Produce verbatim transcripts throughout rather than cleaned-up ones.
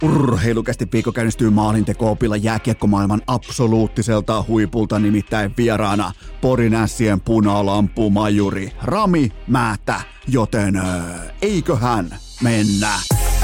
Urheilukästi viikko käynnistyy maalintekoopilla jääkiekkomaailman absoluuttiselta huipulta, nimittäin vieraana Porin Ässien punalampumajuri Rami Määttä, joten öö, eiköhän mennä.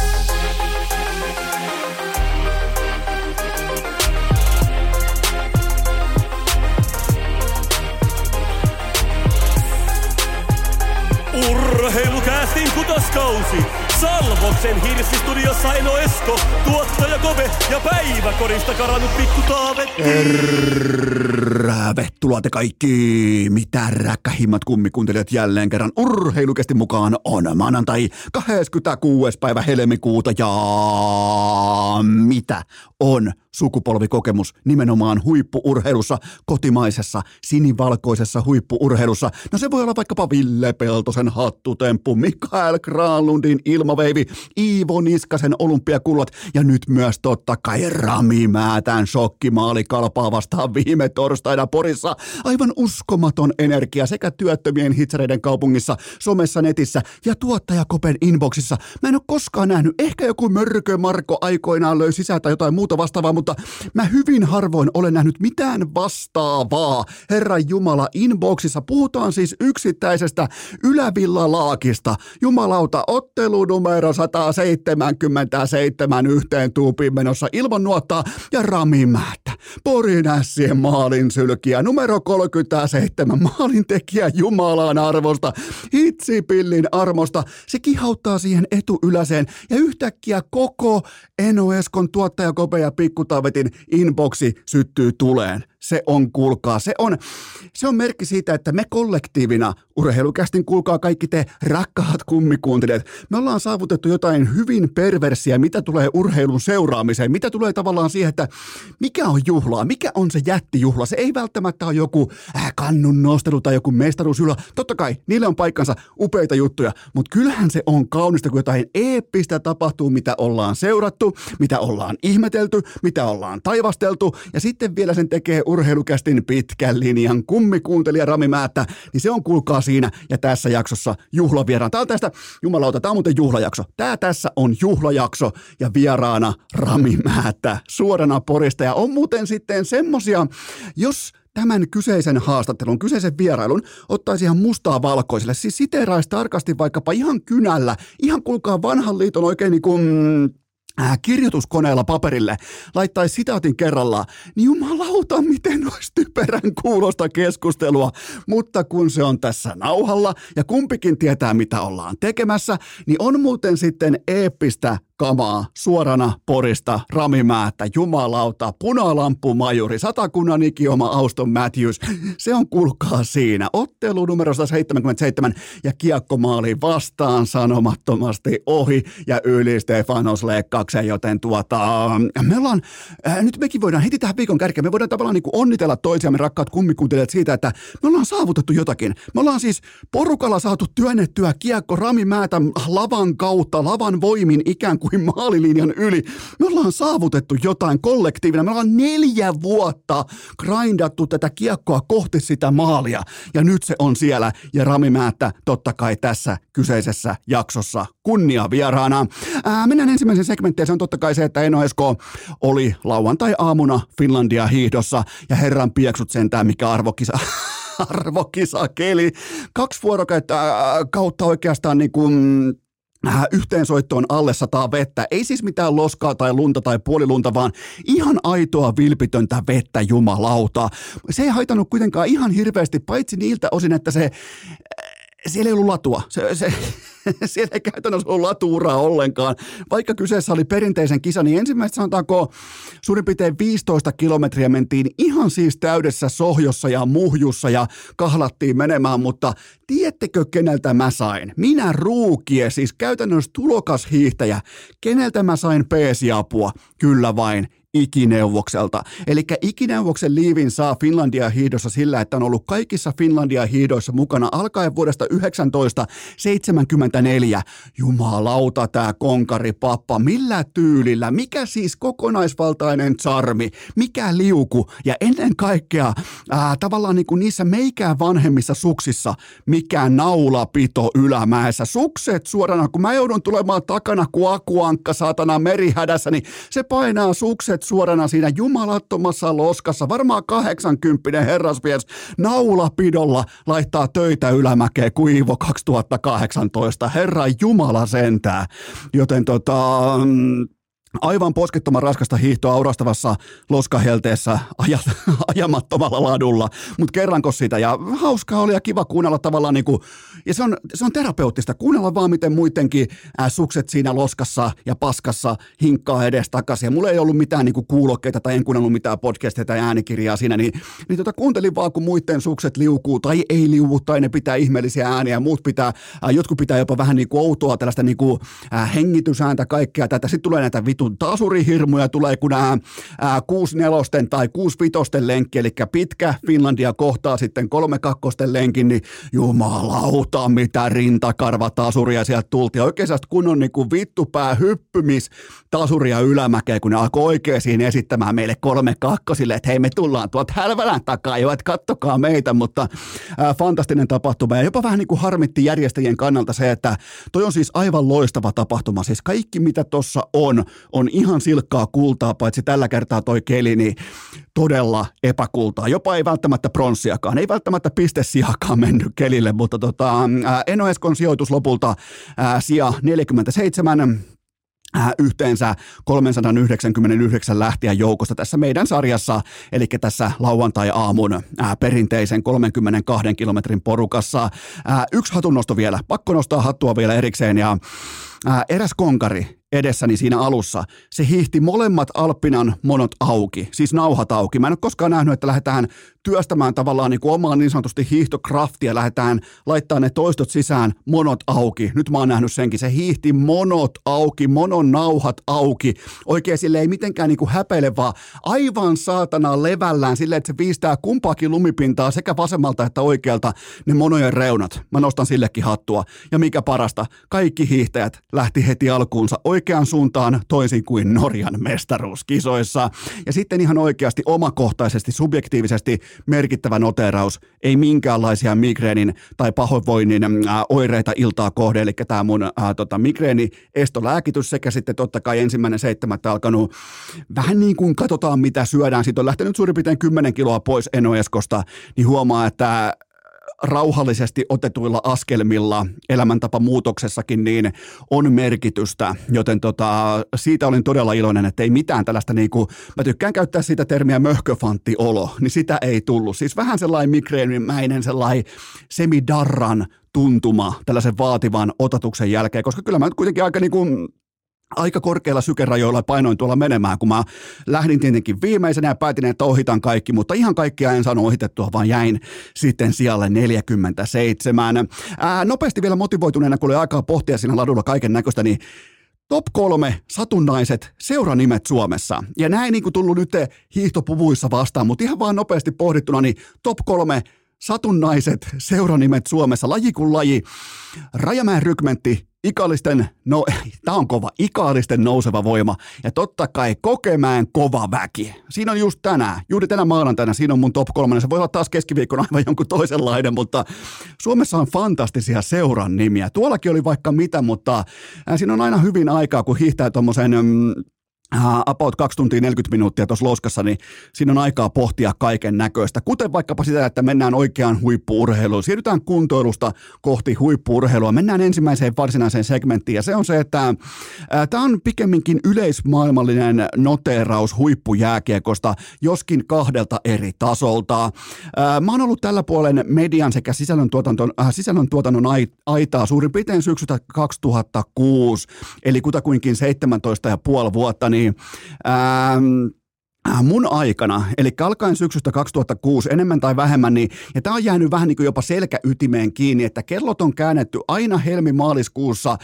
Urheilukästin kutoskausi! Salvoksen Hirssi-studiossa Eno Esko, tuottaja Kove ja päiväkorista karannut pikku Taavetti. Tervetuloa te kaikki, mitä räkkähimmät kummikuuntelijat jälleen kerran Urheilukästin mukaan on maanantai kahdeskymmeneskuudes päivä helmikuuta ja mitä on sukupolvikokemus nimenomaan huippu-urheilussa, kotimaisessa, sinivalkoisessa huippu-urheilussa. No se voi olla vaikkapa Ville Peltosen hattutemppu, Mikael Granlundin ilmaveivi, Iivo Niskasen olympiakullat ja nyt myös totta kai Rami Määtän shokkimaali Kalpaa vastaan viime torstaina Porissa. Aivan uskomaton energia sekä työttömien hitsareiden kaupungissa, somessa, netissä ja tuottaja Kopen inboxissa. Mä en ole koskaan nähnyt, ehkä joku Mörkö Marko aikoinaan löi sisään tai jotain muuta vastaavaa, mutta mä hyvin harvoin olen nähnyt mitään vastaavaa. Herran Jumala, inboxissa puhutaan siis yksittäisestä ylävillalaakista. Jumalauta, ottelu numero sata seitsemänkymmentäseitsemän yhteen tuupiin menossa ilman nuottaa ja Rami Määttä. Porin Ässien maalinsylkiä numero kolmekymmentäseitsemän maalintekijä Jumalan arvosta, hitsipillin armosta. Se kihauttaa siihen etuyläseen ja yhtäkkiä koko Eno Eskon tuottaja Kope ja Pikku Taavetin inboxi syttyy tuleen. Se on, kuulkaa, se on, se on merkki siitä, että me kollektiivina, Urheilukästin, kuulkaa kaikki te rakkaat kummikuuntelijat, me ollaan saavutettu jotain hyvin perversiä, mitä tulee urheilun seuraamiseen, mitä tulee tavallaan siihen, että mikä on juhlaa, mikä on se jättijuhla. Se ei välttämättä ole joku äh, kannun nostelu tai joku mestaruusjuhla. Totta kai, niille on paikkansa upeita juttuja, mutta kyllähän se on kaunista, kun jotain eeppistä tapahtuu, mitä ollaan seurattu, mitä ollaan ihmetelty, mitä ollaan taivasteltu, ja sitten vielä sen tekee Urheilukästin pitkän linjan kummikuuntelija Rami Määttä, niin se on, kuulkaa, siinä ja tässä jaksossa juhlavieraan. Tää on tästä, jumalauta, tää on muuten juhlajakso. Tää tässä on juhlajakso ja vieraana Rami Määttä suorana Porista. Ja on muuten sitten semmosia, jos tämän kyseisen haastattelun, kyseisen vierailun ottaisi ihan mustaa valkoiselle, siis siteeraisi tarkasti vaikkapa ihan kynällä, ihan, kuulkaa, vanhan liiton oikein niin kuin Äh, kirjoituskoneella paperille, laittaisi sitaatin kerrallaan, niin jumalauta, miten olisi typerän kuulosta keskustelua, mutta kun se on tässä nauhalla ja kumpikin tietää, mitä ollaan tekemässä, niin on muuten sitten eeppistä kamaa suorana Porista Rami Määttä, jumalauta, punalampumajuri, satakunnan ikioma Auston Matthews, se on, kuulkaa, siinä, ottelu numero sata seitsemänkymmentäseitsemän ja kiekkomaali vastaan sanomattomasti ohi ja yli Stefanos Lekkakseen, joten tuota, me ollaan, äh, nyt mekin voidaan heti tähän viikon kärkeen, me voidaan tavallaan niin kuin onnitella toisiamme, rakkaat kummikuuntelijat, siitä, että me ollaan saavutettu jotakin. Me ollaan siis porukalla saatu työnnettyä kiekko Rami Määtän lavan kautta, lavan voimin ikään kuin kuin maalilinjan yli. Me ollaan saavutettu jotain kollektiivina. Me ollaan neljä vuotta grindattu tätä kiekkoa kohti sitä maalia. Ja nyt se on siellä. Ja Rami Määttä totta kai tässä kyseisessä jaksossa kunnia vieraana. Ää, mennään ensimmäisen segmenttiin. Se on totta kai se, että Eno Esko oli lauantai-aamuna Finlandia hiihdossa. Ja herran pieksut sentään, mikä arvokisa... arvokisakeli. Kaksi vuorokautta kautta oikeastaan niin kuin yhteensoittoon alle sataa vettä. Ei siis mitään loskaa tai lunta tai puolilunta, vaan ihan aitoa vilpitöntä vettä, jumalauta. Se ei haitannut kuitenkaan ihan hirveästi, paitsi niiltä osin, että se, siellä ei ollut latua. Se, se, siellä ei käytännössä ollut latuuraa ollenkaan. Vaikka kyseessä oli perinteisen kisa, niin ensimmäistä sanotaanko suurin piirtein viisitoista kilometriä mentiin ihan siis täydessä sohjossa ja muhjussa ja kahlattiin menemään, mutta tiedättekö keneltä mä sain? Minä ruukie, siis käytännössä tulokas hiihtäjä. Keneltä mä sain peesiapua? Kyllä vain. Ikineuvokselta. Eli Ikineuvoksen liivin saa Finlandia hiihdossa sillä, että on ollut kaikissa Finlandia hiihdoissa mukana alkaen vuodesta tuhatyhdeksänsataaseitsemänkymmentäneljä. Jumalauta tää konkaripappa, millä tyylillä, mikä siis kokonaisvaltainen charmi, mikä liuku ja ennen kaikkea ää, tavallaan niin kuin niissä meikään vanhemmissa suksissa, mikä naulapito ylämäessä. Sukset suorana, kun mä joudun tulemaan takana kuin akuankka saatana merihädässä, niin se painaa sukset suorana siinä jumalattomassa loskassa. Varmaan kahdeksankymppinen herrasmies naulapidolla laittaa töitä ylämäkeen kuin Iivo kaksituhattakahdeksantoista. Herra Jumala sentää. Joten tota... aivan poskettoman raskasta hiihtoa aurastavassa loskahelteessä aja, ajamattomalla ladulla, mutta kerranko sitä, ja hauskaa oli ja kiva kuunnella tavallaan niin kuin, ja se on, se on terapeuttista, kuunnella vaan miten muidenkin ää, sukset siinä loskassa ja paskassa hinkkaa edes takaisin, ja mulla ei ollut mitään niin kuin kuulokkeita tai en kuunnellut mitään podcasteja tai äänikirjaa siinä, niin, niin tota, kuuntelin vaan, kun muiden sukset liukuu tai ei liuvu tai ne pitää ihmeellisiä ääniä, ja muut pitää, ää, jotkut pitää jopa vähän niin kuin outoa tällaista niin kuin, ää, hengitysääntä kaikkea tätä, sitten tulee näitä vitun tasurihirmuja, tulee kun nämä kuusi nelosten tai kuusi vitosten lenkki, eli pitkä Finlandia kohtaa sitten kolme kakkosten lenkin, niin jumalauta, mitä rintakarvatasuria sieltä tultiin. Oikein sellaista kunnon niin kuin vittupää hyppymis tasuria ylämäkeä, kun ne alkoi oikeisiin esittämään meille kolme kakkosille, että hei, me tullaan tuolta Hälvälän takaa jo, että kattokaa meitä, mutta ää, fantastinen tapahtuma ja jopa vähän niin kuin harmitti järjestäjien kannalta se, että toi on siis aivan loistava tapahtuma, siis kaikki mitä tossa on, on ihan silkkaa kultaa, paitsi tällä kertaa toi keli, niin todella epäkultaa. Jopa ei välttämättä pronssiakaan, ei välttämättä pistesijakaan mennyt kelille, mutta tota, ää, Eno Eskon sijoitus lopulta ää, sija neljäkymmentäseitsemän, Äh, yhteensä kolmesataayhdeksänkymmentäyhdeksän lähtijän joukosta tässä meidän sarjassa, eli tässä lauantai-aamun äh, perinteisen kolmenkymmenenkahden kilometrin porukassa. Äh, yksi hatunnosto vielä, pakko nostaa hattua vielä erikseen, ja äh, eräs konkari edessäni siinä alussa, se hiihti molemmat Alppinan monot auki, siis nauhat auki. Mä en ole koskaan nähnyt, että lähdetään työstämään tavallaan niin kuin omaa niin sanotusti hiihtokraftia, lähdetään laittaa ne toistot sisään, monot auki. Nyt mä oon nähnyt senkin, se hiihti monot auki, monon nauhat auki. Oikein sille ei mitenkään niin kuin häpeile, vaan aivan saatana levällään silleen, että se viistää kumpaakin lumipintaa sekä vasemmalta että oikealta ne monojen reunat. Mä nostan sillekin hattua. Ja mikä parasta, kaikki hiihtäjät lähti heti alkuunsa oikeaan suuntaan toisin kuin Norjan mestaruuskisoissa. Ja sitten ihan oikeasti omakohtaisesti, subjektiivisesti merkittävä noteeraus, ei minkäänlaisia migreenin tai pahoinvoinnin ää, oireita iltaa kohde, eli tämä mun ää, tota, migreeni-estolääkitys sekä sitten totta kai ensimmäinen seitsemättä alkanut vähän niin kuin katsotaan mitä syödään, siitä on lähtenyt suurin piirtein kymmenen kiloa pois Eno Eskosta, niin huomaa, että rauhallisesti otetuilla askelmilla elämäntapamuutoksessakin niin on merkitystä, joten tota, siitä olin todella iloinen, että ei mitään tällaista niin kuin, mä tykkään käyttää sitä termiä möhköfanttiolo, niin sitä ei tullut. Siis vähän sellainen migreenimäinen, sellainen semidarran tuntuma tällaisen vaativan otatuksen jälkeen, koska kyllä mä nyt kuitenkin aika niin kuin aika korkeilla sykerajoilla painoin tuolla menemään, kun mä lähdin tietenkin viimeisenä ja päätin, että ohitan kaikki, mutta ihan kaikkia en saanut ohitettua, vaan jäin sitten sijalle neljäkymmentäseitsemän. Ää, nopeasti vielä motivoituneena, kun oli aikaa pohtia siinä ladulla kaiken näköistä, niin top kolme satunnaiset seuranimet Suomessa. Ja näin niin kuin tullut nyt hiihtopuvuissa vastaan, mutta ihan vaan nopeasti pohdittuna, niin top kolme satunnaiset seuranimet Suomessa, laji kuin laji. Rajamäen rykmentti, Ikaalisten, no tää on kova, Ikaalisten nouseva voima ja totta kai Kokemäen kova väki. Siinä on just tänään, juuri tänä maanantaina, siinä on mun top kolme, se voi olla taas keskiviikkona aivan jonkun toisenlainen, mutta Suomessa on fantastisia seuran nimiä. Tuollakin oli vaikka mitä, mutta siinä on aina hyvin aikaa, kun hiihtää tommosen Mm, Uh, about kaksi tuntia neljäkymmentä minuuttia tuossa loskassa, niin siinä on aikaa pohtia kaiken näköistä, kuten vaikkapa sitä, että mennään oikeaan huippu-urheiluun, siirrytään kuntoilusta kohti huippu-urheilua, mennään ensimmäiseen varsinaiseen segmenttiin, ja se on se, että uh, tämä on pikemminkin yleismaailmallinen noteeraus huippujääkiekosta, joskin kahdelta eri tasolta. Uh, mä oon ollut tällä puolen median sekä sisällöntuotannon, uh, sisällöntuotannon aitaa suurin piirtein syksystä kaksituhattakuusi, eli kutakuinkin seitsemäntoista ja puoli vuotta, niin ähm, mun aikana, eli alkaen syksystä kaksituhattakuusi enemmän tai vähemmän, niin, ja tämä on jäänyt vähän niin kuin jopa selkäytimeen kiinni, että kellot on käännetty aina helmi-maaliskuussa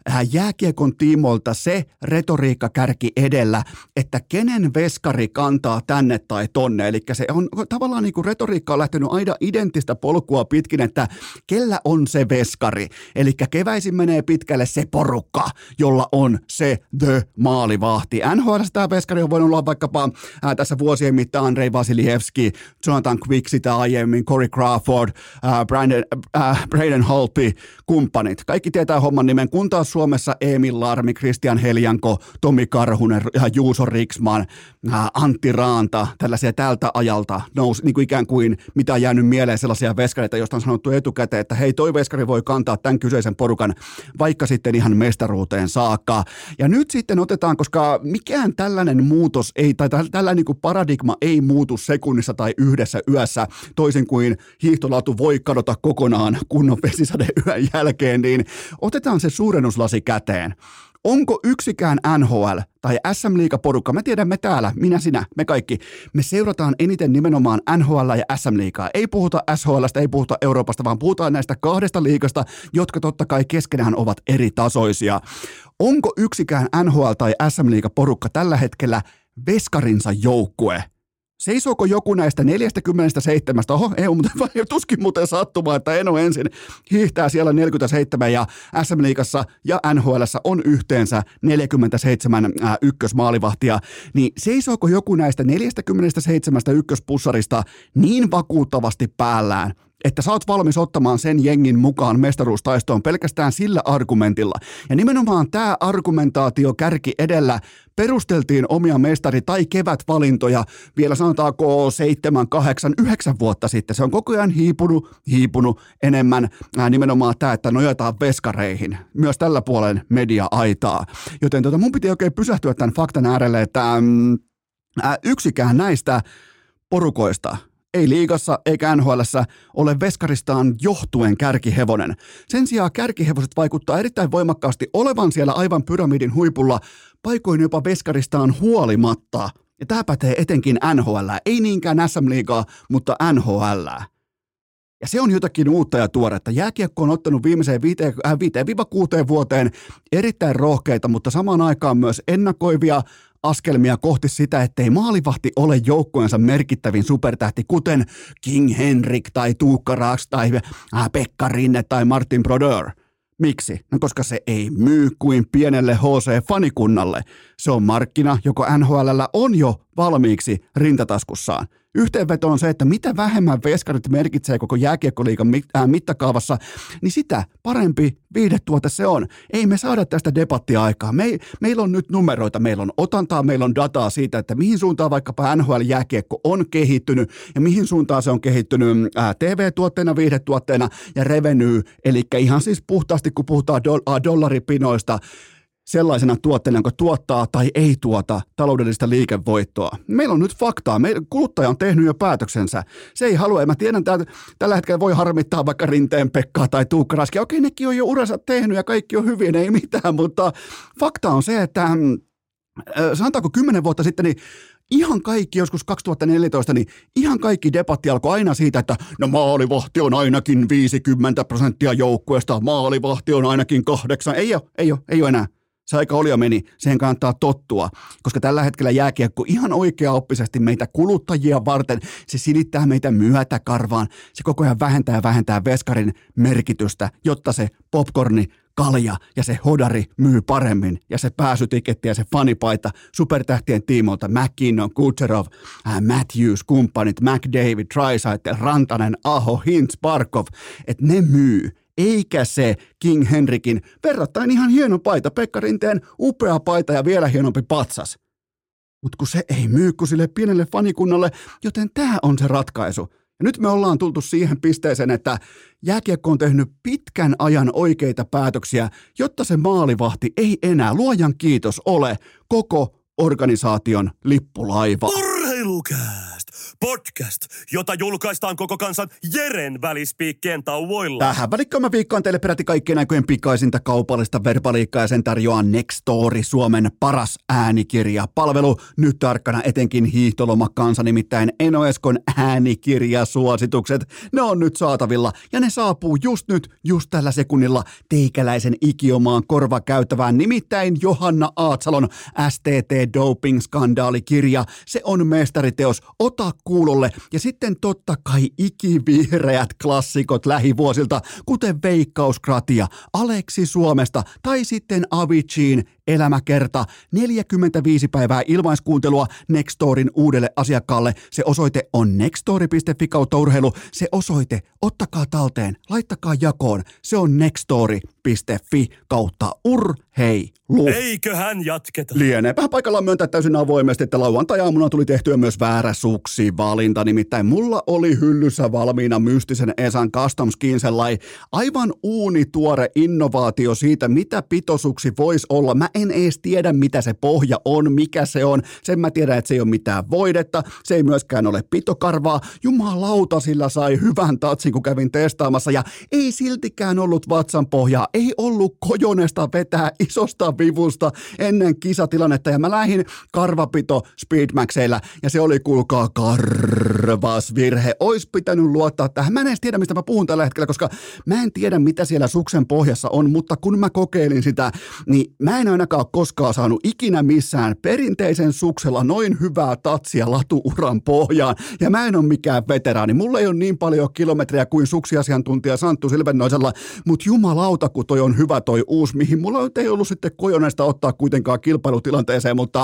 jääkiekon tiimoilta se retoriikka kärki edellä, että kenen veskari kantaa tänne tai tonne. Eli se on tavallaan niin kuin retoriikka on lähtenyt aina identtistä polkua pitkin, että kellä on se veskari. Eli keväisin menee pitkälle se porukka, jolla on se the maalivahti. N H L tämä veskari on voinut olla vaikkapa ää, tässä vuosien mittaan Andrei Vasilevski, Jonathan Quick sitä aiemmin, Corey Crawford, ää, Brandon, ää, Braden Holtby, kumppanit. Kaikki tietää homman nimen, kun taas Suomessa Emil Larmi, Christian Heljanko, Tomi Karhunen, Juuso Riksman, ää, Antti Raanta, tällaisia tältä ajalta nousi niin kuin ikään kuin mitä on jäänyt mieleen sellaisia veskareita, joista on sanottu etukäteen, että hei, toi veskari voi kantaa tämän kyseisen porukan vaikka sitten ihan mestaruuteen saakka. Ja nyt sitten otetaan, koska mikään tällainen muutos ei, tai tällainen niin kuin paradigma ei muutu sekunnissa tai yhdessä yössä, toisin kuin hiihtolaatu voi kadota kokonaan kunnon vesisadeyön jälkeen, niin otetaan se suurennuslasi käteen. Onko yksikään N H L tai S M-liigaporukka, me tiedämme täällä, minä, sinä, me kaikki, me seurataan eniten nimenomaan N H L ja S M-liigaa. Ei puhuta S H L:stä, ei puhuta Euroopasta, vaan puhutaan näistä kahdesta liigasta, jotka totta kai keskenään ovat eri tasoisia. Onko yksikään N H L tai S M-liigaporukka tällä hetkellä veskarinsa joukkue? Seisooko joku näistä neljäkymmentäseitsemän, oho, ei muuten, tuskin muuten sattumaa, että Eno ensin hiihtää siellä neljäkymmentäseitsemän ja S M-liigassa ja N H L:ssä on yhteensä neljäkymmentäseitsemän ää, ykkösmaalivahtia, niin seisooko joku näistä neljäkymmentäseitsemän ykköspussarista niin vakuuttavasti päällään, että sä oot valmis ottamaan sen jengin mukaan mestaruustaistoon pelkästään sillä argumentilla. Ja nimenomaan tämä argumentaatio kärki edellä perusteltiin omia mestari- tai kevätvalintoja vielä sanotaanko seitsemän, kahdeksan, yhdeksän vuotta sitten. Se on koko ajan hiipunut, hiipunut enemmän ää, nimenomaan tämä, että nojataan veskareihin. Myös tällä puolen media-aitaa. Joten tota, mun piti oikein pysähtyä tämän faktan äärelle, että mm, ää, yksikään näistä porukoista ei liigassa eikä N H L:ssä ole veskaristaan johtuen kärkihevonen. Sen sijaan kärkihevoset vaikuttaa erittäin voimakkaasti olevan siellä aivan pyramidin huipulla, paikoin jopa veskaristaan huolimatta. Ja tämä pätee etenkin N H L, ei niinkään S M-liigaa, mutta N H L. Ja se on jotakin uutta ja tuoretta. Jääkiekko on ottanut viimeiseen viiteen, äh, viiteen kuuteen vuoteen erittäin rohkeita, mutta samaan aikaan myös ennakoivia askelmia kohti sitä, ettei maalivahti ole joukkueensa merkittävin supertähti, kuten King Henrik tai Tuukka Rask tai äh, Pekka Rinne tai Martin Brodeur. Miksi? No koska se ei myy kuin pienelle H C-fanikunnalle. Se on markkina, joko N H L:llä on jo valmiiksi rintataskussaan. Yhteenveto on se, että mitä vähemmän veskarit merkitsee koko jääkiekkoliigan mittakaavassa, niin sitä parempi viihdetuote se on. Ei me saada tästä debattia aikaa. Me, meillä on nyt numeroita, meillä on otantaa, meillä on dataa siitä, että mihin suuntaan vaikkapa N H L-jääkiekko on kehittynyt ja mihin suuntaan se on kehittynyt ää, T V-tuotteena, viihdetuotteena ja revenue, eli ihan siis puhtaasti kun puhutaan do- dollaripinoista, sellaisena tuotteena, joka tuottaa tai ei tuota taloudellista liikevoittoa. Meillä on nyt faktaa. Meillä kuluttaja on tehnyt jo päätöksensä. Se ei halua. Mä tiedän, että tällä hetkellä voi harmittaa vaikka Rinteen Pekkaa tai Tuukka Raskia. Okei, nekin on jo uransa tehnyt ja kaikki on hyvin, ei mitään, mutta fakta on se, että äh, sanotaanko kymmenen vuotta sitten, niin ihan kaikki, joskus kaksituhattaneljätoista, niin ihan kaikki debatti alkoi aina siitä, että no maalivahti on ainakin viisikymmentä prosenttia joukkueesta, maalivahti on ainakin kahdeksan. Ei ole, ei ole, ei ole enää. Se aika oli ja meni, siihen kannattaa tottua, koska tällä hetkellä jääkiekko ihan oikeaoppisesti meitä kuluttajia varten, se silittää meitä myötäkarvaan, se koko ajan vähentää ja vähentää veskarin merkitystä, jotta se popcorni, kalja ja se hodari myy paremmin ja se pääsytiketti ja se fanipaita supertähtien tiimoilta, McKinnon, Kucherov, äh, Matthews, kumppanit, McDavid, Draisaitl, Rantanen, Aho, Hintz, Barkov, että ne myy. Eikä se King Henrikin verrattain ihan hieno paita, Pekka Rinteen upea paita ja vielä hienompi patsas. Mutta kun se ei myy kuin sille pienelle fanikunnalle, joten tämä on se ratkaisu. Ja nyt me ollaan tultu siihen pisteeseen, että jääkiekko on tehnyt pitkän ajan oikeita päätöksiä, jotta se maalivahti ei enää, luojan kiitos, ole koko organisaation lippulaiva. Urheilukääst! Podcast, jota julkaistaan koko kansan Jeren välispiikkien tauoilla. Tähän välikköön mä viikkoon teille peräti kaikkien aikojen pikaisinta kaupallista verbaliikkaa ja sen tarjoaa Nextory, Suomen paras äänikirjapalvelu. Nyt tarkkana etenkin hiihtolomakansa, nimittäin Eno Eskon äänikirjasuositukset. Ne on nyt saatavilla ja ne saapuu just nyt, just tällä sekunnilla teikäläisen ikiomaan korvakäytävään. Nimittäin Johanna Aatsalon S T T-doping-skandaalikirja. Se on mestariteos. Ota kuulolle. Ja sitten totta kai ikivihreät klassikot lähivuosilta, kuten Veikkauskratia, Aleksi Suomesta tai sitten Aviciin Elämäkerta. neljäkymmentäviisi päivää ilmaiskuuntelua Nextoryn uudelle asiakkaalle. Se osoite on nextory piste fi kautta urheilu. Se osoite, ottakaa talteen, laittakaa jakoon. Se on nextory piste fi kautta urheilu. Eiköhän jatketa. Lieneepähän paikallaan myöntää täysin avoimesti, että lauantai-aamuna tuli tehtyä myös väärä suksivalinta. Nimittäin mulla oli hyllyssä valmiina mystisen Esan Custom Skin sellai aivan uunituore innovaatio siitä, mitä pitosuksi voisi olla. Mä en edes tiedä, mitä se pohja on, mikä se on. Sen mä tiedän, että se ei ole mitään voidetta. Se ei myöskään ole pitokarvaa. Jumalauta, sillä sai hyvän tatsin, kun kävin testaamassa. Ja ei siltikään ollut vatsan pohjaa. Ei ollut kojonesta vetää isosta vivusta ennen kisatilannetta. Ja mä lähdin karvapito Speedmaxeillä. Ja se oli, kuulkaa, karvas virhe. Ois pitänyt luottaa tähän. Mä en edes tiedä, mistä mä puhun tällä hetkellä, koska mä en tiedä, mitä siellä suksen pohjassa on. Mutta kun mä kokeilin sitä, niin mä en ainakaan ole koskaan saanut ikinä missään perinteisen suksella noin hyvää tatsia latuuran pohjaan. Ja mä en ole mikään veteraani. Mulla ei ole niin paljon kilometrejä kuin suksiasiantuntija Santtu Silvennoisella, mutta jumalauta, kun toi on hyvä toi uusi, mihin mulla ei ollut sitten kojoneesta ottaa kuitenkaan kilpailutilanteeseen, mutta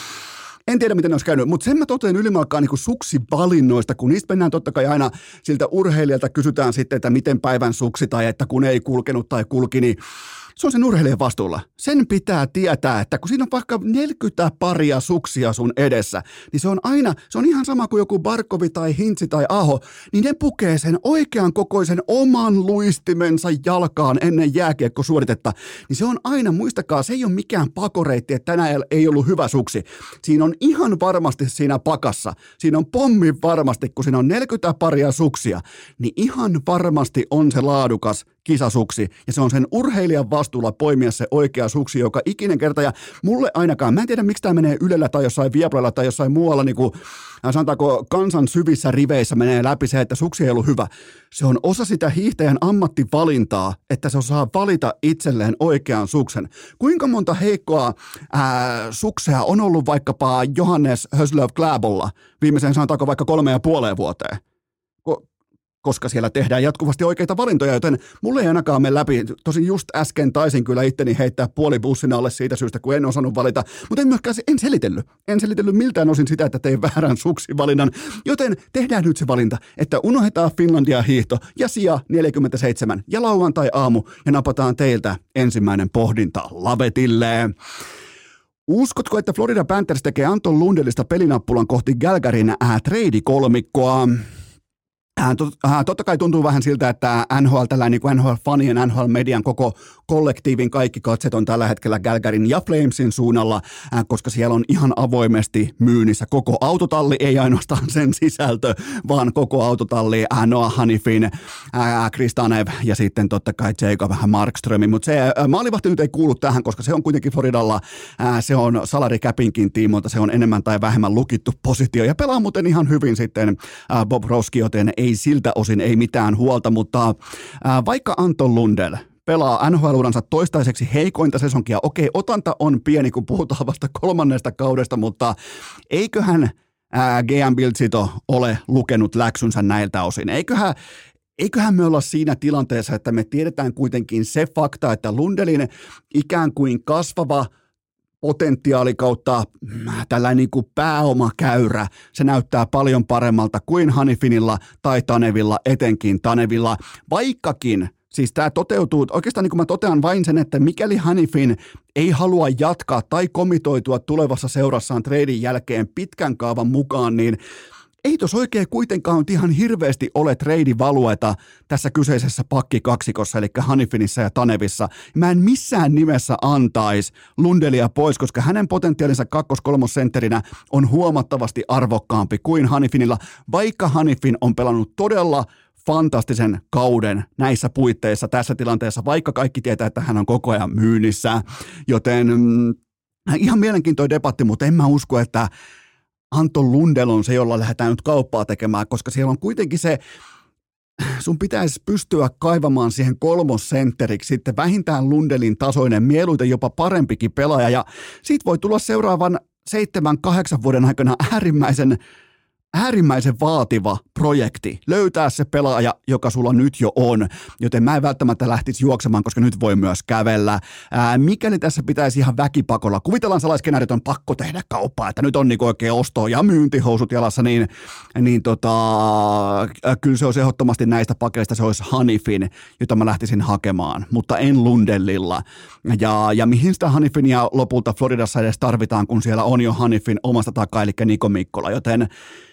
en tiedä, miten ne olisi käynyt, mutta sen mä totean ylimalkaan niin kuin suksivalinnoista, kun niistä mennään totta kai aina siltä urheilijalta kysytään sitten, että miten päivän suksi tai että kun ei kulkenut tai kulki, niin se on sen urheilijan vastuulla. Sen pitää tietää, että kun siinä on vaikka neljäkymmentä paria suksia sun edessä, niin se on aina, se on ihan sama kuin joku Barkovi tai Hintsi tai Aho, niin ne pukee sen oikean kokoisen oman luistimensa jalkaan ennen jääkiekkosuoritetta. Niin se on aina, muistakaa, se ei ole mikään pakoreitti, että tänään ei ollut hyvä suksi. Siinä on ihan varmasti siinä pakassa, siinä on pommi varmasti, kun siinä on neljäkymmentä paria suksia, niin ihan varmasti on se laadukas kisasuksi, ja se on sen urheilijan vastuulla poimia se oikea suksi joka ikinen kerta, ja mulle ainakaan, mä en tiedä miksi tämä menee Ylellä tai jossain Viaplalla tai jossain muualla, niin kuin sanotaanko kansan syvissä riveissä menee läpi se, että suksi ei ollut hyvä. Se on osa sitä hiihtäjän ammattivalintaa, että se osaa valita itselleen oikean suksen. Kuinka monta heikkoa ää, suksea on ollut vaikkapa Johannes Höslöv Kläbolla viimeisen sanotaanko vaikka kolme ja puoleen vuoteen? Ko- koska siellä tehdään jatkuvasti oikeita valintoja, joten mulle ei ainakaan mene läpi. Tosin just äsken taisin kyllä itteni heittää puoli bussin alle siitä syystä, kun en osannut valita, mutta en myöskään, en selitellyt. En selitellyt miltään osin sitä, että tein väärän suksivalinnan, joten tehdään nyt se valinta, että unohdetaan Finlandia hiihto ja sija neljäkymmentäseitsemän ja lauantai aamu ja napataan teiltä ensimmäinen pohdinta lavetille. Uskotko, että Florida Panthers tekee Anton Lundellista pelinappulan kohti Calgaryn äh, trade-kolmikkoa? Totta kai tuntuu vähän siltä, että N H L, tällainen niin kuin N H L-fanien, N H L-median koko kollektiivin kaikki katset on tällä hetkellä Calgaryn ja Flamesin suunnalla, koska siellä on ihan avoimesti myynnissä koko autotalli, ei ainoastaan sen sisältö, vaan koko autotalli, Noah Hanifin, Chris Tanev ja sitten totta kai Jacob Markström, mutta se maalivahti nyt ei kuulu tähän, koska se on kuitenkin Floridalla, se on salary capinkin tiimoilta, se on enemmän tai vähemmän lukittu positio ja pelaa muuten ihan hyvin sitten Bob Roski, joten ei siltä osin ei mitään huolta, mutta ää, vaikka Anton Lundell pelaa N H L-uransa toistaiseksi heikointa sesonkia, okei, otanta on pieni, kun puhutaan vasta kolmannesta kaudesta, mutta eiköhän ää, G M Bildsito ole lukenut läksynsä näiltä osin, eiköhän Eiköhän me olla siinä tilanteessa, että me tiedetään kuitenkin se fakta, että Lundellin ikään kuin kasvava potentiaali kautta tällainen niin kuin pääomakäyrä, se näyttää paljon paremmalta kuin Hanifinilla tai Tanevilla, etenkin Tanevilla, vaikkakin siis tämä toteutuu, oikeastaan niin kuin mä totean vain sen, että mikäli Hanifin ei halua jatkaa tai komitoitua tulevassa seurassaan treidin jälkeen pitkän kaavan mukaan, niin ei tos oikein kuitenkaan ihan hirveästi ole treidivalueta tässä kyseisessä pakkikaksikossa, eli Hanifinissä ja Tanevissa. Mä en missään nimessä antaisi Lundelia pois, koska hänen potentiaalinsa kakkos-kolmossentterinä on huomattavasti arvokkaampi kuin Hanifinilla, vaikka Hanifin on pelannut todella fantastisen kauden näissä puitteissa tässä tilanteessa, vaikka kaikki tietää, että hän on koko ajan myynnissä, joten mm, ihan mielenkiintoinen debatti, mutta en mä usko, että Anton Lundell on se, jolla lähdetään nyt kauppaa tekemään, koska siellä on kuitenkin se, sun pitäisi pystyä kaivamaan siihen kolmosentteriksi sitten vähintään Lundelin tasoinen, mieluiten jopa parempikin pelaaja, ja siitä voi tulla seuraavan seitsemän, kahdeksan vuoden aikana äärimmäisen äärimmäisen vaativa projekti, löytää se pelaaja, joka sulla nyt jo on, joten mä en välttämättä lähtisi juoksemaan, koska nyt voi myös kävellä. Ää, mikäli tässä pitäisi ihan väkipakolla, kuvitellaan sellaiskenaarit on pakko tehdä kauppaa, että nyt on niin oikein osto- ja myyntihousut jalassa, niin, niin tota, kyllä se olisi ehdottomasti näistä pakeista, se olisi Hanifin, jota mä lähtisin hakemaan, mutta en Lundellilla. Ja, ja mihin sitä Hanifinia lopulta Floridassa edes tarvitaan, kun siellä on jo Hanifin omasta takaa, eli Niko Mikkola, joten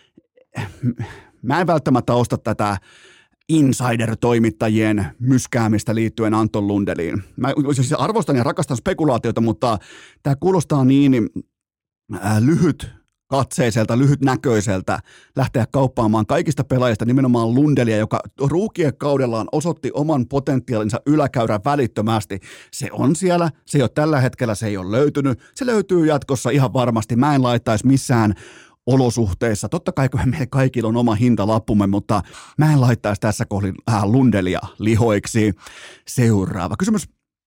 mä en välttämättä osta tätä insider-toimittajien myskäämistä liittyen Anton Lundeliin. Mä siis arvostan ja rakastan spekulaatiota, mutta tämä kuulostaa niin äh, lyhyt katseiselta, lyhytnäköiseltä lähteä kauppaamaan kaikista pelaajista nimenomaan Lundelia, joka ruukien kaudellaan osoitti oman potentiaalinsa yläkäyrän välittömästi. Se on siellä, se ei ole tällä hetkellä, se ei ole löytynyt, se löytyy jatkossa ihan varmasti. Mä en laittaisi missään olosuhteissa. Totta kai meillä kaikilla on oma hintalappumme, mutta mä en laittaisi tässä kohdin äh, Lundelia lihoiksi. Seuraava kysymys.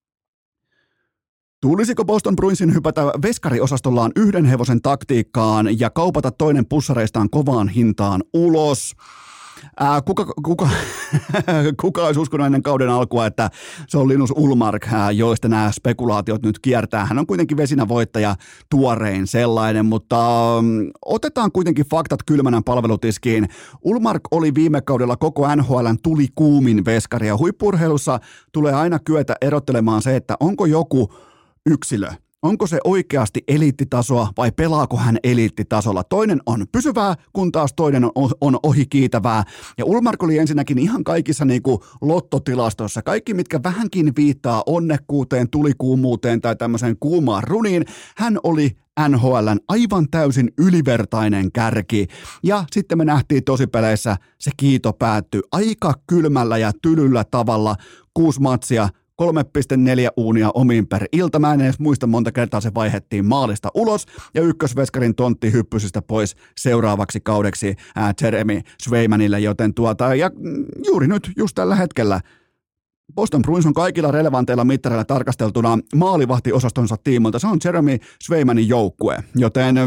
Tulisiko Boston Bruinsin hypätä veskariosastollaan yhden hevosen taktiikkaan ja kaupata toinen pussareistaan kovaan hintaan ulos? Ää, kuka, kuka, kuka olisi uskonut ennen kauden alkua, että se on Linus Ullmark, ää, joista nämä spekulaatiot nyt kiertää. Hän on kuitenkin vesinä voittaja, tuorein sellainen, mutta mm, otetaan kuitenkin faktat kylmänä palvelutiskiin. Ullmark oli viime kaudella koko N H L:n tuli kuumin veskari, ja huippu-urheilussa tulee aina kyetä erottelemaan se, että onko joku yksilö. Onko se oikeasti eliittitasoa vai pelaako hän eliittitasolla? Toinen on pysyvää, kun taas toinen on, on ohikiitävää. Ja Ullmark oli ensinnäkin ihan kaikissa niinku lottotilastoissa. Kaikki, mitkä vähänkin viittaa onnekkuuteen, tulikuumuuteen tai tämmöiseen kuumaan runiin, hän oli N H L:n aivan täysin ylivertainen kärki. Ja sitten me nähtiin tosipeleissä, se kiito päättyi aika kylmällä ja tylyllä tavalla. Kuusi matsia, kolme pilkku neljä uunia omiin per ilta. Mä en edes muista monta kertaa se vaihettiin maalista ulos ja ykkösveskarin tontti hyppysistä pois seuraavaksi kaudeksi ää, Jeremy Swaymanille, joten tuota, ja juuri nyt, just tällä hetkellä, Boston Bruins on kaikilla relevanteilla mittareilla tarkasteltuna maalivahtiosastonsa tiimoilta. Se on Jeremy Swaymanin joukkue, joten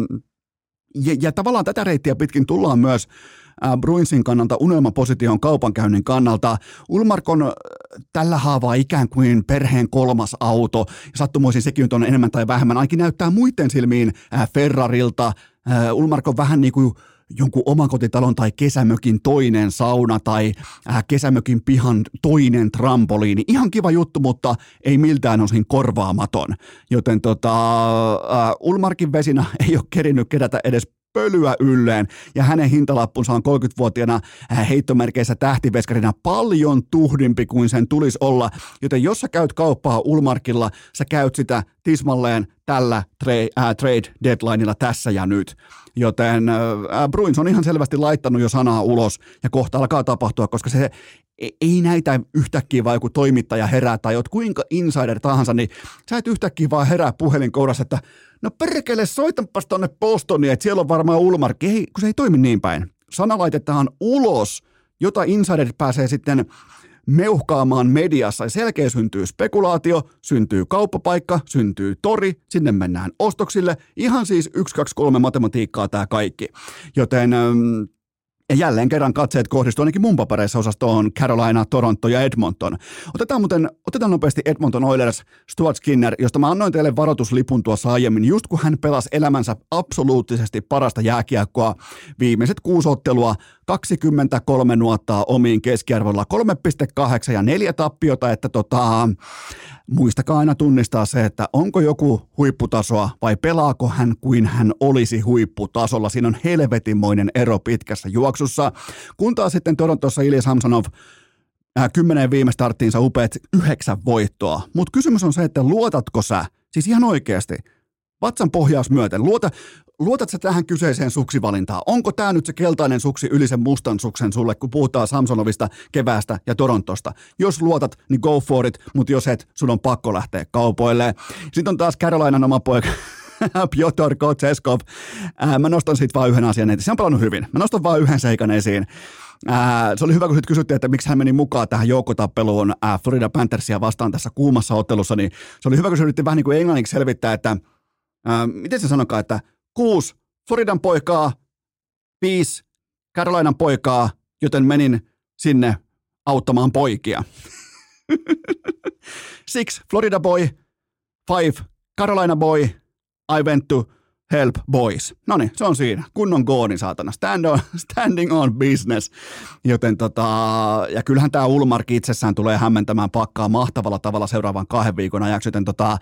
ja, ja tavallaan tätä reittiä pitkin tullaan myös Bruinsin kannalta unelmaposition kaupankäynnin kannalta. Ullmark on tällä haavaa ikään kuin perheen kolmas auto. Sattumoisin sekin on enemmän tai vähemmän. Ainakin näyttää muiden silmiin Ferrarilta. Ullmark on vähän niin kuin jonkun omakotitalon tai kesämökin toinen sauna tai kesämökin pihan toinen trampoliini. Ihan kiva juttu, mutta ei miltään osin korvaamaton. Joten tota, Ullmarkin vesinä ei ole kerinyt kerätä edes pölyä ylleen, ja hänen hintalappunsa on kolmekymmentävuotiaana heittomerkeissä tähtiveskarina paljon tuhdimpi kuin sen tulisi olla, joten jos sä käyt kauppaa Ullmarkilla, sä käyt sitä tismalleen tällä tra- äh, trade deadlineilla tässä ja nyt. Joten äh, Bruins on ihan selvästi laittanut jo sanaa ulos, ja kohta alkaa tapahtua, koska se ei näitä yhtäkkiä vaan joku toimittaja herää, tai oot kuinka insider tahansa, niin sä et yhtäkkiä vaan herää puhelinkourassa, että no perkele, soitanpas tonne Bostoniin, että siellä on varmaan Ullmark. Ei, kun se ei toimi niin päin. Sana laitetaan ulos, jota insiderit pääsee sitten meuhkaamaan mediassa. Selkeä syntyy spekulaatio, syntyy kauppapaikka, syntyy tori, sinne mennään ostoksille. Ihan siis yksi, kaksi, kolme matematiikkaa tää kaikki. Joten Ähm, Ja jälleen kerran katseet kohdistuu ainakin mun papereissa osastoon Carolina, Toronto ja Edmonton. Otetaan muuten, otetaan nopeasti Edmonton Oilers, Stuart Skinner, josta mä annoin teille varoituslipun tuossa aiemmin, just kun hän pelasi elämänsä absoluuttisesti parasta jääkiekkoa viimeiset kuusi ottelua, kaksikymmentäkolme nuottaa omiin keskiarvolla, kolme pilkku kahdeksan ja neljä tappiota, että tota, muistakaa aina tunnistaa se, että onko joku huipputasoa vai pelaako hän kuin hän olisi huipputasolla. Siinä on helvetinmoinen ero pitkässä juoksussa. Kun taas sitten Torontossa Ilya Samsonov äh, kymmenen viime starttiinsa upeat yhdeksän voittoa. Mutta kysymys on se, että luotatko sä, siis ihan oikeasti, vatsan pohjaus myöten, luota, luotat sä tähän kyseiseen suksivalintaan? Onko tämä nyt se keltainen suksi yli sen mustan suksen sulle, kun puhutaan Samsonovista, Keväästä ja Torontosta? Jos luotat, niin go for it, mutta jos et, sun on pakko lähteä kaupoille. Sitten on taas Carolinan oma poika, Piotr Kotseskov. Ää, mä nostan siitä vaan yhden asian, se on pelannut hyvin. Mä nostan vaan yhden seikan esiin. Ää, se oli hyvä, kun sitten kysyttiin, että miksi hän meni mukaan tähän joukkotappeluun ää, Florida Panthersia vastaan tässä kuumassa ottelussa, niin se oli hyvä, kun se yritti vähän niin kuin englanniksi selvittää, että ää, miten se sanokaa, että kuusi Floridan poikaa, viisi Carolinan poikaa, joten menin sinne auttamaan poikia. Six Florida boy, five Carolina boy, I went to help boys. Noniin, se on siinä. Kunnon gooni, saatana. Stand on, standing on business. Joten tota, ja kyllähän tämä Ullmark itsessään tulee hämmentämään pakkaa mahtavalla tavalla seuraavan kahden viikon ajaksi, joten tota,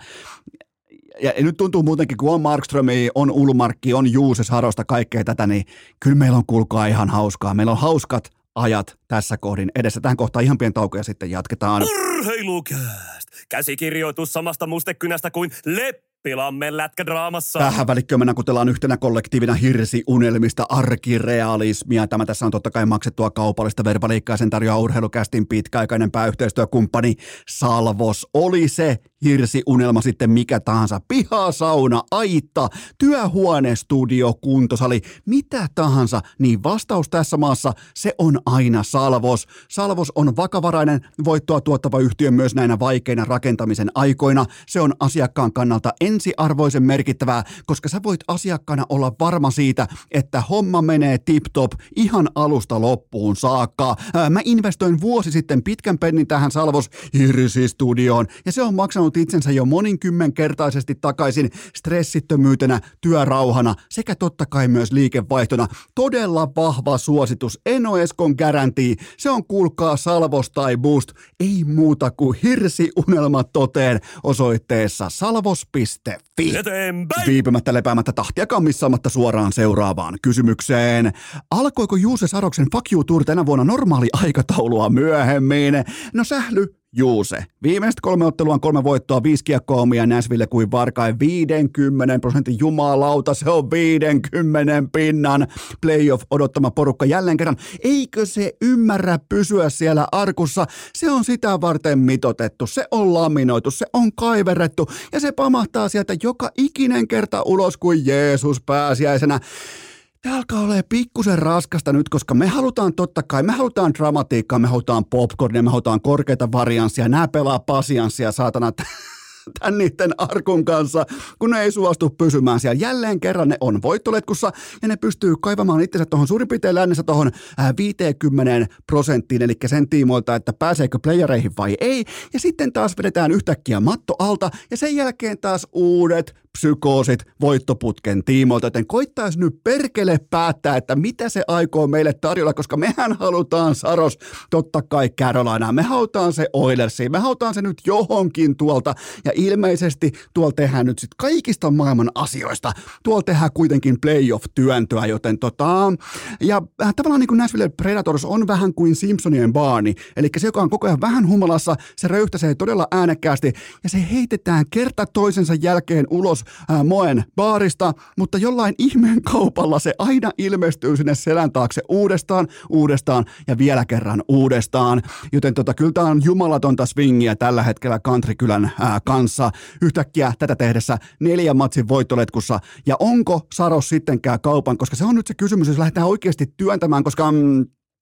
ja nyt tuntuu muutenkin, kun on Markströmi, on Ullmarkki, on Juuse Sarosta, kaikkea tätä, niin kyllä meillä on kuulkaa ihan hauskaa. Meillä on hauskat ajat tässä kohdin edessä. Tähän kohtaan ihan pieni tauko ja sitten jatketaan. Urheilukääst! Käsikirjoitus samasta mustekynästä kuin Leppilammen lätkädraamassa. Tähän välikköön me nakutellaan yhtenä kollektiivina hirsiunelmista arkirealismia. Tämä tässä on totta kai maksettua kaupallista verbaliikkaa. Sen tarjoaa Urheilukästin pitkäaikainen pääyhteistyökumppani Salvos. Oli se hirsiunelma sitten mikä tahansa. Piha, sauna, aitta, työhuone, studio, kuntosali, mitä tahansa. Niin vastaus tässä maassa, se on aina Salvos. Salvos on vakavarainen, voittoa tuottava yhtiö myös näinä vaikeina rakentamisen aikoina. Se on asiakkaan kannalta ensiarvoisen merkittävää, koska sä voit asiakkaana olla varma siitä, että homma menee tip-top ihan alusta loppuun saakka. Ää, mä investoin vuosi sitten pitkän pennin tähän Salvos Hirsi-studioon ja se on maksanut itsensä jo monikymmenkertaisesti takaisin stressittömyytenä, työrauhana sekä totta kai myös liikevaihtona. Todella vahva suositus. Eno Eskon guarantee. Se on kuulkaa Salvos tai Boost. Ei muuta kuin hirsiunelma toteen osoitteessa salvos piste fi. Eteenpäin! Viipymättä lepäämättä tahtiakaan missaamatta suoraan seuraavaan kysymykseen. Alkoiko Juuse Saroksen Fuck You Tour tänä vuonna normaali aikataulua myöhemmin? No sähly. Juuse. Viimeiset kolme ottelua on kolme voittoa, viisi kiekkoa omia Nashville kuin Varkain viisikymmentä prosentin jumalauta, se on viisikymmentä pinnan playoff odottama porukka jälleen kerran. Eikö se ymmärrä pysyä siellä arkussa? Se on sitä varten mitotettu, se on laminoitu, se on kaiverrettu ja se pamahtaa sieltä joka ikinen kerta ulos kuin Jeesus pääsiäisenä. Tämä alkaa olemaan pikkusen raskasta nyt, koska me halutaan totta kai, me halutaan dramatiikkaa, me halutaan popcornia, me halutaan korkeita varianssia, nämä pelaa pasianssia, saatana, tän niiden arkun kanssa, kun ne ei suostu pysymään siellä. Jälleen kerran ne on voittoletkussa ja ne pystyy kaivamaan itsensä tuohon suurin piirtein lännessä tuohon viisikymmentä prosenttiin, eli sen tiimoilta, että pääseekö playereihin vai ei. Ja sitten taas vedetään yhtäkkiä matto alta ja sen jälkeen taas uudet psykoosit voittoputken tiimoilta, joten koittaisi nyt perkele päättää, että mitä se aikoo meille tarjolla, koska mehän halutaan Saros, totta kai Carolinaa, me halutaan se Oilersiin, me halutaan se nyt johonkin tuolta, ja ilmeisesti tuolla tehdään nyt sitten kaikista maailman asioista, tuolla tehdään kuitenkin playoff-työntöä, joten tota, ja äh, tavallaan niin kuin Nashville Predators on vähän kuin Simpsonien Barney, eli se, joka on koko ajan vähän humalassa, se röyhtäsee todella äänekkäästi, ja se heitetään kerta toisensa jälkeen ulos Ää, Moen baarista, mutta jollain ihmeen kaupalla se aina ilmestyy sinne selän taakse uudestaan, uudestaan ja vielä kerran uudestaan. Joten tota, kyllä tämä on jumalatonta swingiä tällä hetkellä Countrykylän ää, kanssa. Yhtäkkiä tätä tehdessä neljän matsin voittoletkussa. Ja onko Saros sittenkään kaupan, koska se on nyt se kysymys, jos lähdetään oikeasti työntämään, koska... Mm,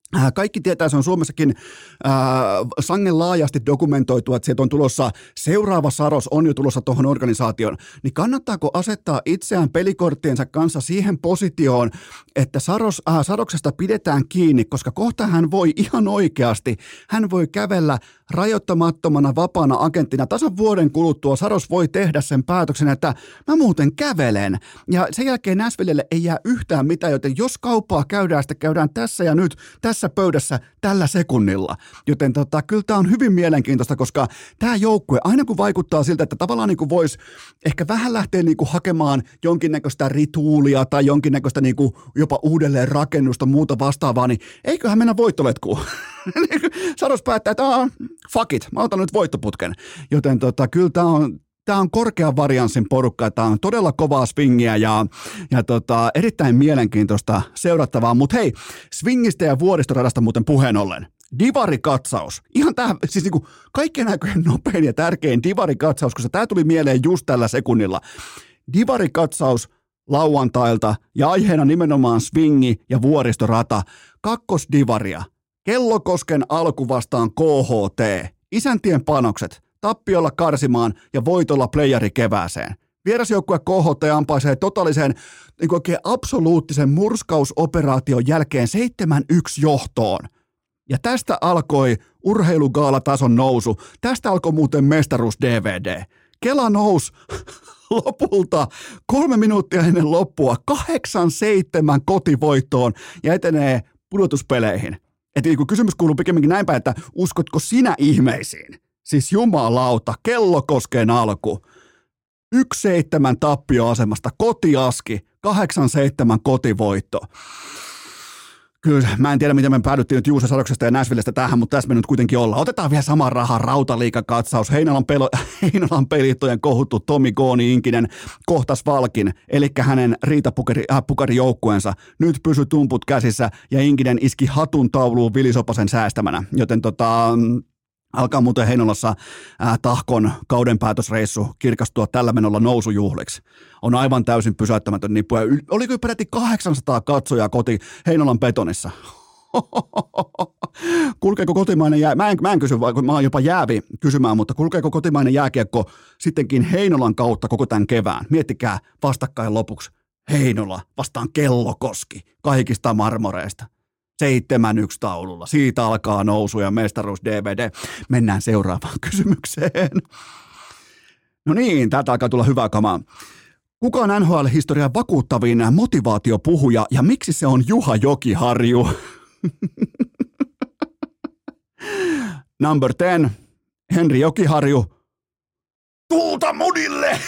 Kaikki tietää, se on Suomessakin äh, sangen laajasti dokumentoitu, että sieltä on tulossa, seuraava Saros on jo tulossa tuohon organisaation, niin kannattaako asettaa itseään pelikorttiensa kanssa siihen positioon, että Saros, äh, Saroksesta pidetään kiinni, koska kohta hän voi ihan oikeasti, hän voi kävellä rajoittamattomana vapaana agenttina. Tasan vuoden kuluttua Saros voi tehdä sen päätöksen, että mä muuten kävelen. Ja sen jälkeen Nashvillelle ei jää yhtään mitään, joten jos kauppaa käydään, sitä käydään tässä ja nyt, tässä pöydässä, tällä sekunnilla. Joten tota, kyllä tämä on hyvin mielenkiintoista, koska tämä joukkue, aina kun vaikuttaa siltä, että tavallaan niin voisi ehkä vähän lähteä niin kuin hakemaan jonkinnäköistä rituulia tai jonkinnäköistä niin kuin jopa uudelleen rakennusta, muuta vastaavaa, niin eiköhän mennä voittoletkuun. Saros päättää, että aah, fuck it, mä otan nyt voittoputken. Joten tota, kyllä tämä on, tämä on korkean varianssin porukka, tämä on todella kovaa swingiä ja, ja tota, erittäin mielenkiintoista seurattavaa. Mutta hei, swingistä ja vuoristoradasta muuten puheen ollen. Divarikatsaus. Ihan tämä, siis niinku kaikkien aikojen nopein ja tärkein divarikatsaus, koska tämä tuli mieleen just tällä sekunnilla. Divarikatsaus lauantailta ja aiheena nimenomaan swingi ja vuoristorata. Kakkosdivaria. Kellokosken alku vastaan K H T. Isäntien panokset. Tappiolla karsimaan ja voitolla playeri kevääseen. Vierasjoukkue K H T ampaisee totaalisen, niin oikein absoluuttisen murskausoperaation jälkeen seitsemän yksi johtoon. Ja tästä alkoi urheilugaalatason nousu. Tästä alkoi muuten mestaruus D V D. Kela nousi lopulta kolme minuuttia ennen loppua kahdeksan seitsemän kotivoittoon ja etenee pudotuspeleihin. Että niin kysymys kuuluu pikemminkin näin päin, että uskotko sinä ihmeisiin? Siis jumalauta, Kellokosken alku. yksi seitsemän tappioasemasta, kotiaski, kahdeksan seitsemän kotivoitto. Kyllä, mä en tiedä, miten me päädyttiin nyt Juuso Saroksesta ja Nashvillestä tähän, mutta tässä me nyt kuitenkin ollaan. Otetaan vielä sama raha, rautaliikakatsaus. Heinolan, pelo, Heinolan pelittojen kohuttu Tomi Gooni Inkinen kohtas Valkin, eli hänen riitapukarijoukkueensa. Nyt pysy tumput käsissä ja Inkinen iski hatun tauluun Vili Sopasen säästämänä, joten tota... Alkaa muuten Heinolassa äh, tahkon kaudenpäätösreissu kirkastua tällä menolla nousujuhliksi. On aivan täysin pysäyttämätön nippu. Ja yl- oliko peräti kahdeksansataa katsojaa koti Heinolan betonissa? Kulkeeko kotimainen jää... Mä en, mä en kysy, vaikka mä oon jopa jäävi kysymään, mutta kulkeeko kotimainen jääkiekko sittenkin Heinolan kautta koko tämän kevään? Miettikää vastakkain lopuksi. Heinola vastaan Kellokoski kaikista marmoreista. seitsemän yksi taululla. Siitä alkaa nousu ja mestaruus D V D. Mennään seuraavaan kysymykseen. No niin, täältä alkaa tulla hyvää kamaa. Kuka on N H L-historian vakuuttavin motivaatiopuhuja ja miksi se on Juha Jokiharju? Number ten, Henri Jokiharju. Tuulta munille!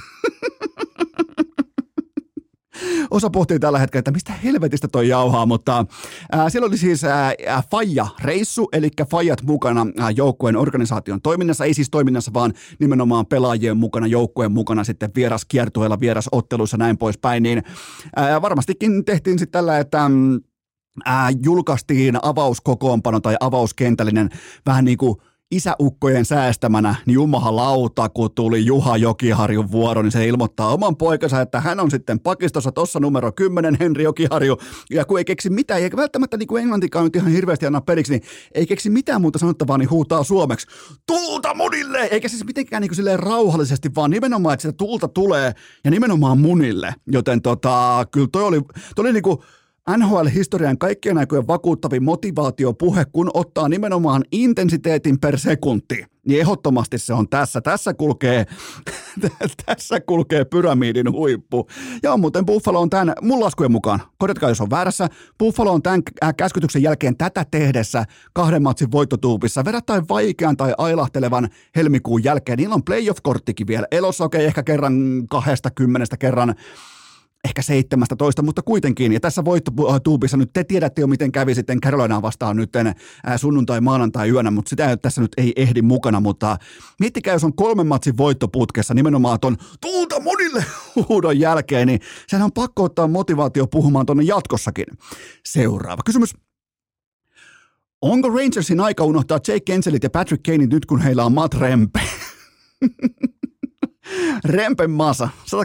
Osa pohtii tällä hetkellä, että mistä helvetistä toi jauhaa, mutta ää, siellä oli siis ää, Faija-reissu, eli Faijat mukana ää, joukkueen organisaation toiminnassa, ei siis toiminnassa, vaan nimenomaan pelaajien mukana, joukkueen mukana sitten vieraskiertueilla, vierasotteluissa näin poispäin, niin ää, varmastikin tehtiin sitten tällä, että ää, julkaistiin avauskokoonpano tai avauskentällinen vähän niin kuin isäukkojen säästämänä, niin jumahalauta, kun tuli Juha Jokiharjun vuoro, niin se ilmoittaa oman poikansa, että hän on sitten pakistossa tuossa numero kymmenen, Henri Jokiharju, ja kun ei keksi mitään, eikä välttämättä niin kuin englantikaan nyt ihan hirveästi anna periksi, niin ei keksi mitään muuta sanottavaa, niin huutaa suomeksi, tuulta munille! Eikä siis mitenkään niin kuin silleen rauhallisesti, vaan nimenomaan, että sitä tuulta tulee, ja nimenomaan munille, joten tota, kyllä toi oli, toi oli niin kuin N H L-historian kaikkien aikojen vakuuttavin motivaatiopuhe, kun ottaa nimenomaan intensiteetin per sekunti, niin ehdottomasti se on tässä. Tässä kulkee, tässä kulkee pyramidin huippu. Ja on muuten Buffalo on tämän, mun laskujen mukaan, korjatkaa jos on väärässä, Buffalo on tämän käskytyksen jälkeen tätä tehdessä kahden matsin voittotuupissa verrattain vaikean tai ailahtelevan helmikuun jälkeen. Niillä on playoff-korttikin vielä elossa, okei, ehkä kerran kahdesta kymmenestä kerran, ehkä seitsemästätoista, mutta kuitenkin. Ja tässä voittotuupissa nyt te tiedätte jo, miten kävi sitten Carolinaa vastaan nyt sunnuntai, maanantai yönä, mutta sitä tässä nyt ei ehdi mukana. Mutta miettikää, jos on kolmen matsin voittoputkessa nimenomaan ton tuulta monille huudon jälkeen, niin sehän on pakko ottaa motivaatio puhumaan tuonne jatkossakin. Seuraava kysymys. Onko Rangersin aika unohtaa Jake Genselit ja Patrick Kaneit nyt, kun heillä on Matt Rempe? Rempen Masa,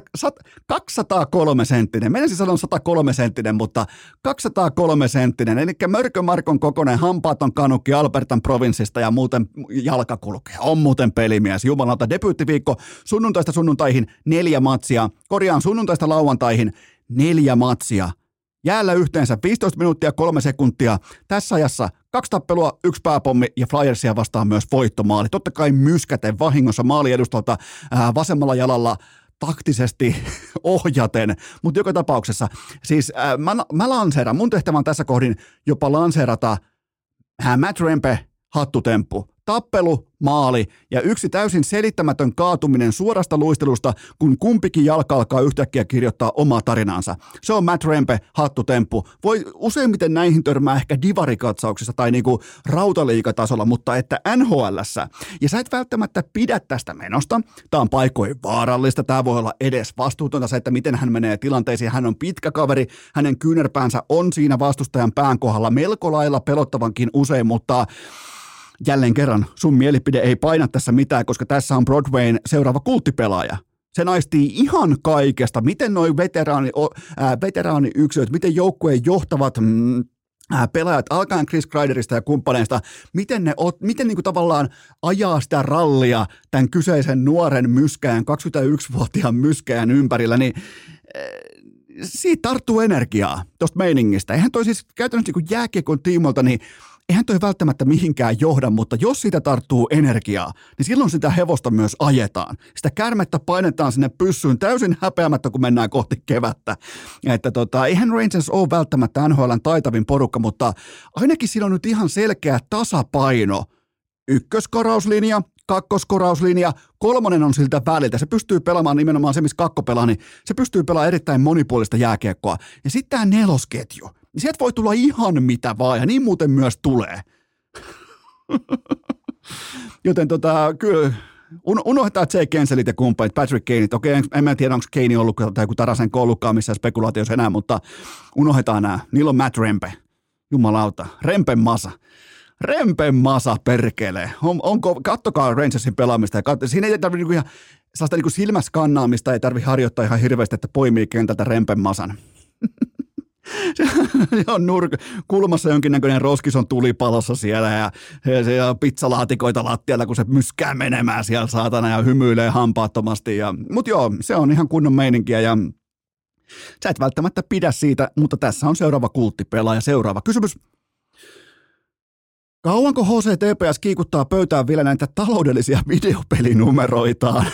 kaksisataakolme senttinen, menisin sanon sata kolme senttinen, mutta kaksisataakolme senttinen, eli Mörkö Markon kokoinen hampaaton kanukki Albertan provinssista ja muuten jalka kulkee. On muuten pelimies, jumalalta, debyyttiviikko sunnuntaista sunnuntaihin neljä matsia, korjaan sunnuntaista lauantaihin neljä matsia. Jäällä yhteensä viisitoista minuuttia kolme sekuntia. Tässä ajassa kaksi tappelua, yksi pääpommi ja Flyersia vastaan myös voittomaali. Totta kai myskäten vahingossa maali edustalta ää, vasemmalla jalalla taktisesti ohjaten, mutta joka tapauksessa siis ää, mä, mä lanseeran, mun tehtävä on tässä kohdin jopa lanseerata ää, Matt Rempe hattutemppu. Tappelu, maali ja yksi täysin selittämätön kaatuminen suorasta luistelusta, kun kumpikin jalka alkaa yhtäkkiä kirjoittaa omaa tarinansa. Se on Matt Rempe, hattutemppu. Voi useimmiten näihin törmää ehkä divarikatsauksissa tai niinku rautaliigatasolla, mutta että N H L:ssä. Ja sä et välttämättä pidä tästä menosta. Tää on paikoin vaarallista. Tää voi olla edes vastuutonta se, että miten hän menee tilanteisiin. Hän on pitkä kaveri. Hänen kyynärpäänsä on siinä vastustajan pään kohdalla melko lailla pelottavankin usein, mutta jälleen kerran sun mielipide ei paina tässä mitään, koska tässä on Broadwayn seuraava kulttipelaaja. Se naistii ihan kaikesta, miten noi veteraani, äh, veteraaniyksilöt, miten joukkueen johtavat mm, äh, pelaajat, alkaen Chris Kreiderista ja kumppaneista, miten ne ot, miten niinku tavallaan ajaa sitä rallia tämän kyseisen nuoren myskään, kaksikymmentäyksivuotiaan myskään ympärillä, niin äh, siitä tarttuu energiaa tuosta meiningistä. Eihän toi siis käytännössä niin jääkiekon tiimoilta, niin eihän toi välttämättä mihinkään johda, mutta jos siitä tarttuu energiaa, niin silloin sitä hevosta myös ajetaan. Sitä kärmettä painetaan sinne pyssyyn täysin häpeämättä, kun mennään kohti kevättä. Että tota, eihän Rangers ole välttämättä N H L:n taitavin porukka, mutta ainakin siinä on nyt ihan selkeä tasapaino. Ykköskorauslinja, kakkoskorauslinja, kolmonen on siltä väliltä. Se pystyy pelaamaan nimenomaan se, missä kakko pelaa, niin se pystyy pelaamaan erittäin monipuolista jääkiekkoa. Ja sitten tämä nelosketju. Niin sieltä voi tulla ihan mitä vaan, ja niin muuten myös tulee. Joten tota, kyllä, un- unohdetaan Jay Kenselit ja kumppanit, Patrick Kaneit. Okei, en, en mä tiedä, onko Kane ollut tai joku Tarasenko ollutkaan missään spekulaatiossa enää, mutta unohdetaan nämä. Niillä on Matt Rempe. Jumalauta. Rempen Masa. Rempen Masa, perkele. On, onko, kattokaa Rangersin pelaamista. Ja katso, siinä ei tarvitse niinku ihan sellaista niinku silmäskannaamista, ei tarvitse harjoittaa ihan hirveästi, että poimii kentältä Rempen Masan. Se on nurk- kulmassa jonkinnäköinen roskison tulipalossa siellä ja, ja, ja pizzalaatikoita lattialla, kun se myskää menemään siellä saatana ja hymyilee hampaattomasti. Ja, mut joo, se on ihan kunnon meininkiä ja sä et välttämättä pidä siitä, mutta tässä on seuraava kulttipelaaja. Seuraava kysymys. Kauanko H C T P S kiikuttaa pöytään vielä näitä taloudellisia videopelinumeroitaan?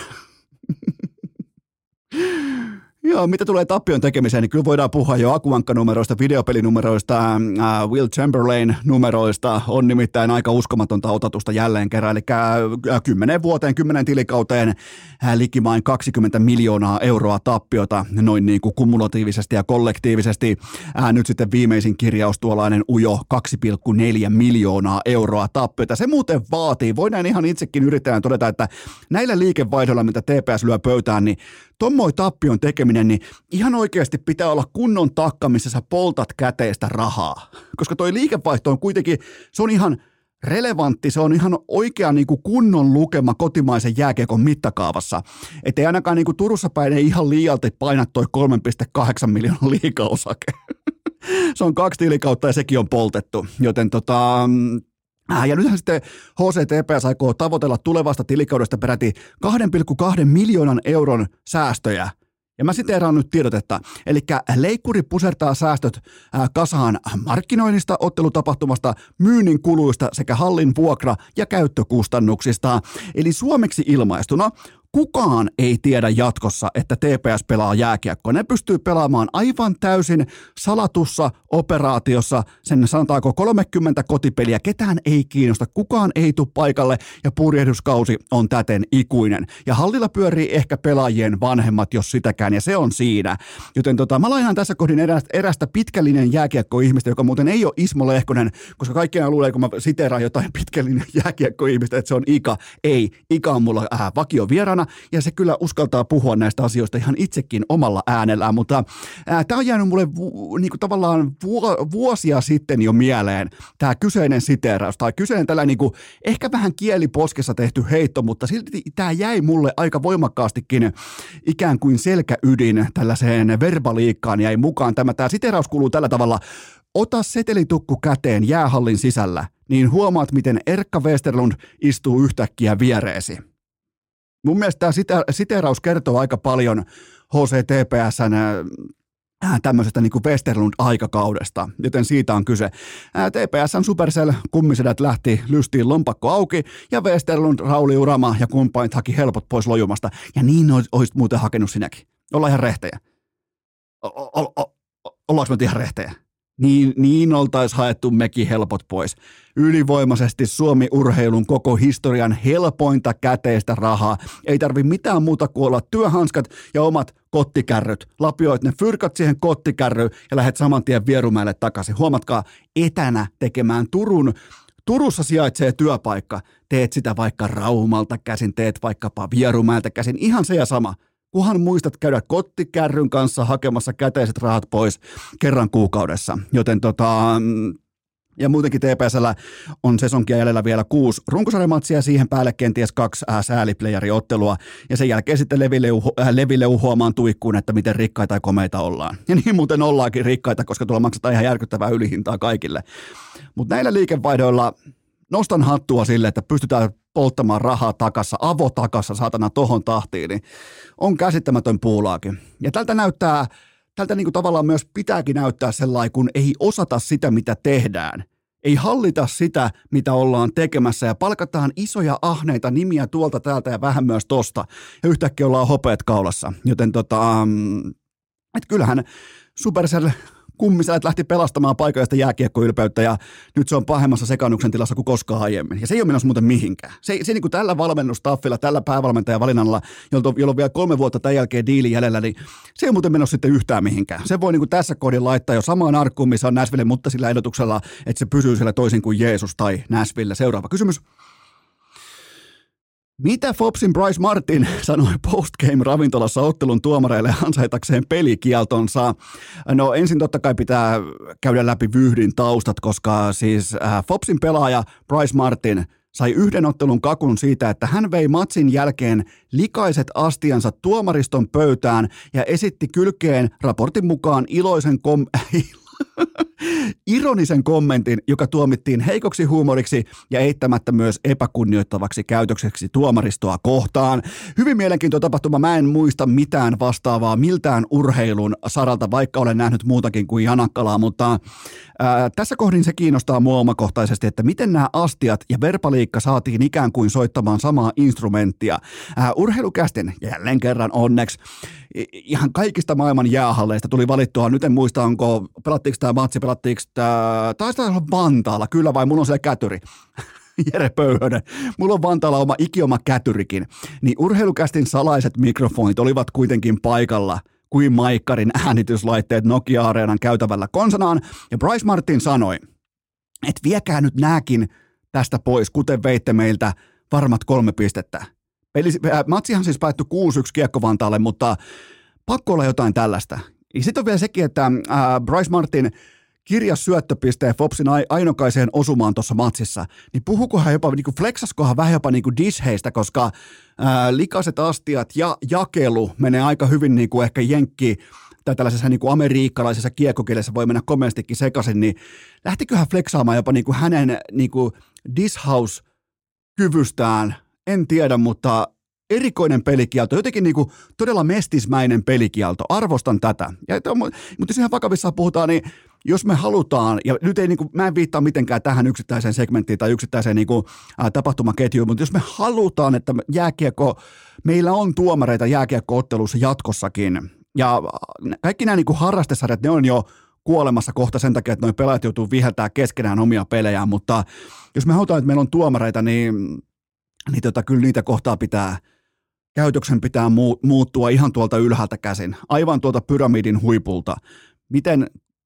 Joo, mitä tulee tappion tekemiseen, niin kyllä voidaan puhua jo Akuankka-numeroista, videopelinumeroista, äh, Will Chamberlain-numeroista. On nimittäin aika uskomatonta otatusta jälleen kerran. Eli äh, kymmenen vuoteen, kymmenen tilikauteen äh, likimain kaksikymmentä miljoonaa euroa tappiota, noin niin kuin kumulatiivisesti ja kollektiivisesti. Äh, nyt sitten viimeisin kirjaus tuollainen ujo kaksi pilkku neljä miljoonaa euroa tappiota. Se muuten vaatii, voidaan ihan itsekin yrittäjän todeta, että näillä liikevaihdoilla, mitä T P S lyö pöytään, niin tommoi tappion tekeminen, niin ihan oikeasti pitää olla kunnon takka, missä sä poltat käteistä rahaa. Koska toi liikevaihto on kuitenkin, se on ihan relevantti, se on ihan oikea niin kuin kunnon lukema kotimaisen jääkiekon mittakaavassa. Että ei ainakaan niin kuin Turussa päin ei ihan liialti paina toi kolme pilkku kahdeksan miljoonan liigaosake. Se on kaksi tilikautta ja sekin on poltettu, joten tota... Ja nythän sitten H C T P S aikoo tavoitella tulevasta tilikaudesta peräti kaksi pilkku kaksi miljoonan euron säästöjä. Ja mä siteeraan nyt tiedotetta. Eli leikkuri pusertaa säästöt kasaan markkinoinnista, ottelutapahtumasta, myynnin kuluista sekä hallin vuokra- ja käyttökustannuksista. Eli suomeksi ilmaistuna kukaan ei tiedä jatkossa, että T P S pelaa jääkiekkoa. Ne pystyy pelaamaan aivan täysin salatussa operaatiossa, sen sanotaanko kolmekymmentä kotipeliä. Ketään ei kiinnosta, kukaan ei tule paikalle ja purjehduskausi on täten ikuinen. Ja hallilla pyörii ehkä pelaajien vanhemmat, jos sitäkään, ja se on siinä. Joten tota, mä lainaan tässä kohdin erästä, erästä pitkällinen jääkiekkoihmistä, joka muuten ei ole Ismo Lehkonen, koska kaikkea luulee, kun mä siteeraan jotain pitkällinen jääkiekkoihmistä, että se on Ika. Ei, Ika on mulla äh, vakio vieraana. mukana, ja se kyllä uskaltaa puhua näistä asioista ihan itsekin omalla äänellään, mutta tämä on jäänyt mulle vu, niin kuin tavallaan vu, vuosia sitten jo mieleen, tämä kyseinen siteeraus, tai kyseinen tällä niin kuin, ehkä vähän kieliposkessa tehty heitto, mutta silti tämä jäi mulle aika voimakkaastikin ikään kuin selkäydin tällaiseen verbaliikkaan jäi mukaan. Tämä, tämä siteeraus kuuluu tällä tavalla: ota setelitukku käteen jäähallin sisällä, niin huomaat, miten Erkka Westerlund istuu yhtäkkiä viereesi. Mun mielestä tämä site- siteeraus kertoo aika paljon H C T P S:n äh, tämmöisestä niin kuin Westerlund-aikakaudesta, joten siitä on kyse. Äh, T P S:n Supercell kummisedät lähti lystiin lompakko auki, ja Westerlund, Rauli Urama ja kumppanit haki helpot pois lojumasta. Ja niin olisit muuten hakenut sinäkin. Ollaan ihan rehtejä. O- o- o- ollaanko me ihan rehtejä? Niin, niin oltaisiin haettu mekin helpot pois. Ylivoimaisesti Suomi-urheilun koko historian helpointa käteistä rahaa. Ei tarvi mitään muuta kuin olla työhanskat ja omat kottikärryt. Lapioit ne fyrkat siihen kottikärryyn ja lähdet saman tien Vierumäelle takaisin. Huomatkaa, etänä tekemään Turun. Turussa sijaitsee työpaikka. Teet sitä vaikka Raumalta käsin, teet vaikkapa Vierumäeltä käsin. Ihan se ja sama. Kunhan muistat käydä kottikärryn kanssa hakemassa käteiset rahat pois kerran kuukaudessa. Joten tota, ja muutenkin T P S:llä on sesonkia jäljellä vielä kuusi runkosarjamatsia, siihen päälle kenties kaksi äh, sääliplayeriottelua, ja sen jälkeen sitten Leville, uho, äh, Leville uhoamaan tuikkuun, että miten rikkaita ja komeita ollaan. Ja niin muuten ollaankin rikkaita, koska tuolla maksetaan ihan järkyttävää ylihintaa kaikille. Mutta näillä liikevaihdoilla nostan hattua sille, että pystytään polttamaan rahaa takassa, avo takassa, saatana tohon tahtiin, niin on käsittämätön puulaakin. Ja tältä näyttää, tältä niin kuin tavallaan myös pitääkin näyttää sellainen, kun ei osata sitä, mitä tehdään. Ei hallita sitä, mitä ollaan tekemässä, ja palkataan isoja ahneita nimiä tuolta täältä ja vähän myös tosta, ja yhtäkkiä ollaan hopeat kaulassa. Joten tota, et kyllähän Supercell kummisäät lähti pelastamaan paikallista jääkiekkoylpeyttä, ja nyt se on pahemmassa sekannuksen tilassa kuin koskaan aiemmin. Ja se ei ole menossa muuten mihinkään. Se, se niin kuin tällä valmennustaffilla, tällä päävalmentajan valinnalla, jolloin on vielä kolme vuotta tämän jälkeen diili jäljellä, niin se ei ole muuten menossa sitten yhtään mihinkään. Se voi niin kuin tässä kohdin laittaa jo samaan arkkuun, missä on Nashville, mutta sillä ehdotuksella, että se pysyy siellä toisin kuin Jeesus tai Nashville. Seuraava kysymys. Mitä Fopsin Bryce Martin sanoi postgame-ravintolassa ottelun tuomareille ansaitakseen pelikieltonsa? No ensin totta kai pitää käydä läpi vyyhdin taustat, koska siis äh, Fopsin pelaaja Bryce Martin sai yhden ottelun kakun siitä, että hän vei matsin jälkeen likaiset astiansa tuomariston pöytään ja esitti kylkeen raportin mukaan iloisen kom... ironisen kommentin, joka tuomittiin heikoksi huumoriksi ja eittämättä myös epäkunnioittavaksi käytökseksi tuomaristoa kohtaan. Hyvin mielenkiintoinen tapahtuma. Mä en muista mitään vastaavaa miltään urheilun saralta, vaikka olen nähnyt muutakin kuin Janakkalaa, mutta ää, tässä kohdin se kiinnostaa mua omakohtaisesti, että miten nämä astiat ja verbaliikka saatiin ikään kuin soittamaan samaa instrumenttia. Ää, urheilukästin, jälleen kerran onneksi, ihan kaikista maailman jäähalleista tuli valittua, nyt en muista, onko, pelattiinko tämä matsi, pelattiinko tämä, taisi olla Vantaalla, kyllä vai, mulla on siellä kätyri, Jere Pöyhönen, mulla on Vantaalla oma ikioma kätyrikin, niin urheilukästin salaiset mikrofonit olivat kuitenkin paikalla kuin Maikkarin äänityslaitteet Nokia-areenan käytävällä konsanaan, ja Bryce Martin sanoi, että viekää nyt nääkin tästä pois, kuten veitte meiltä varmat kolme pistettä. Eli äh, matsihan siis päättyi kuusi yksi Kiekko Vantaalle, mutta pakko olla jotain tällaista. Ja sitten on vielä sekin, että äh, Bryce Martin kirjas syöttöpisteen Fopsin ainokaiseen osumaan tuossa matsissa, niin puhukohan jopa, niin kuin flexaskohan vähän jopa niin kuin disheistä, koska ää, likaiset astiat ja jakelu menee aika hyvin niin kuin ehkä jenkki tai tällaisessa niin kuin amerikkalaisessa kiekkokielessä voi mennä komeastikin sekaisin, niin lähtiköhän flexaamaan jopa niin kuin hänen niin kuin dishouse-kyvystään, en tiedä, mutta erikoinen pelikielto, jotenkin niin kuin todella mestismäinen pelikielto, arvostan tätä. Ja, mutta jos ihan vakavissaan puhutaan, niin jos me halutaan, ja nyt ei, niin kuin, mä en viittaa mitenkään tähän yksittäiseen segmenttiin tai yksittäiseen niin kuin, ää, tapahtumaketjuun, mutta jos me halutaan, että jääkiekko, meillä on tuomareita jääkiekko-ottelussa jatkossakin, ja kaikki nämä niin kuin harrastesarjat, ne on jo kuolemassa kohta sen takia, että nuo pelaajat joutuu viheltää keskenään omia pelejään, mutta jos me halutaan, että meillä on tuomareita, niin, niin tota, kyllä niitä kohtaa pitää, käytöksen pitää muuttua ihan tuolta ylhäältä käsin, aivan tuolta pyramidin huipulta. Miten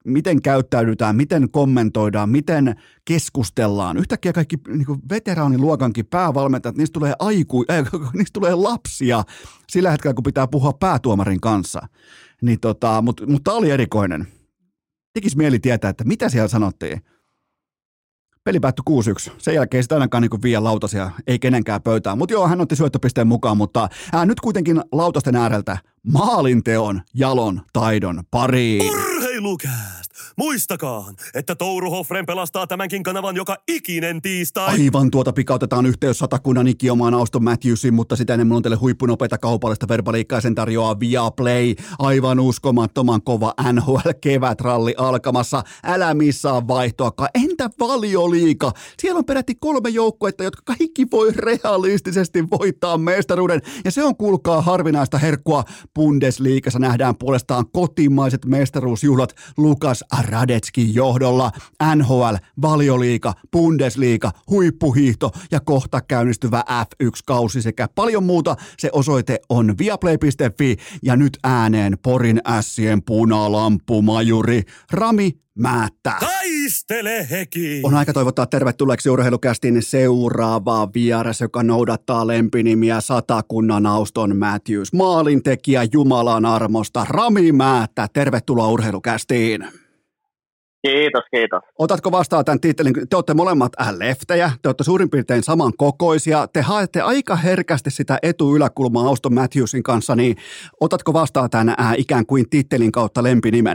miten käyttäydytään, miten kommentoidaan, miten keskustellaan. Yhtäkkiä kaikki niin kuin veteraaniluokankin päävalmentajat, niistä tulee, aiku, äh, niistä tulee lapsia sillä hetkellä, kun pitää puhua päätuomarin kanssa. Niin tota, mutta mut tämä oli erikoinen. Tekisi mieli tietää, että mitä siellä sanottiin. Peli päättyi kuusi yksi. Sen jälkeen ei sitä ainakaan niin vie lautasia, ei kenenkään pöytään. Mutta joo, hän otti syöttöpisteen mukaan, mutta ää, nyt kuitenkin lautasten ääreltä maalinteon, jalon, taidon pariin. Urheilukääst! Muistakaa, että Touru Hoffren pelastaa tämänkin kanavan joka ikinen tiistai. Aivan tuota pikautetaan yhteys Satakunnan ikiomaan Auston Matthewsin, mutta sitä ennen mulla on teille huippunopeita kaupallista verbaliikkaa, sen tarjoaa Viaplay. Aivan uskomattoman kova N H L-kevätralli alkamassa. Älä missaa vaihtoakaan. Entä Valioliiga? Siellä on peräti kolme joukkuetta, jotka kaikki voi realistisesti voittaa mestaruuden. Ja se on, kuulkaa, harvinaista herkkua. Bundesliigassa nähdään puolestaan kotimaiset mestaruusjuhlat Lukas Radetskin johdolla. N H L, Valioliiga, Bundesliga, huippuhiihto ja kohta käynnistyvä F yksi -kausi sekä paljon muuta. Se osoite on viaplay piste fi ja nyt ääneen Porin Ässien punalampumajuri Rami Määttä. Taistele heki! On aika toivottaa tervetulleeksi Urheilukästin seuraavaa vieras, joka noudattaa lempinimiä Satakunnan Auston Matthews. Maalintekijä Jumalan armosta Rami Määttä. Tervetuloa Urheilukästiin. Kiitos, kiitos. Otatko vastaan tämän tittelin? Te olette molemmat leftejä, te olette suurin piirtein samankokoisia. Te haette aika herkästi sitä etu-yläkulmaa Auston Matthewsin kanssa, niin otatko vastaan tämän ää, ikään kuin tittelin kautta lempinimen?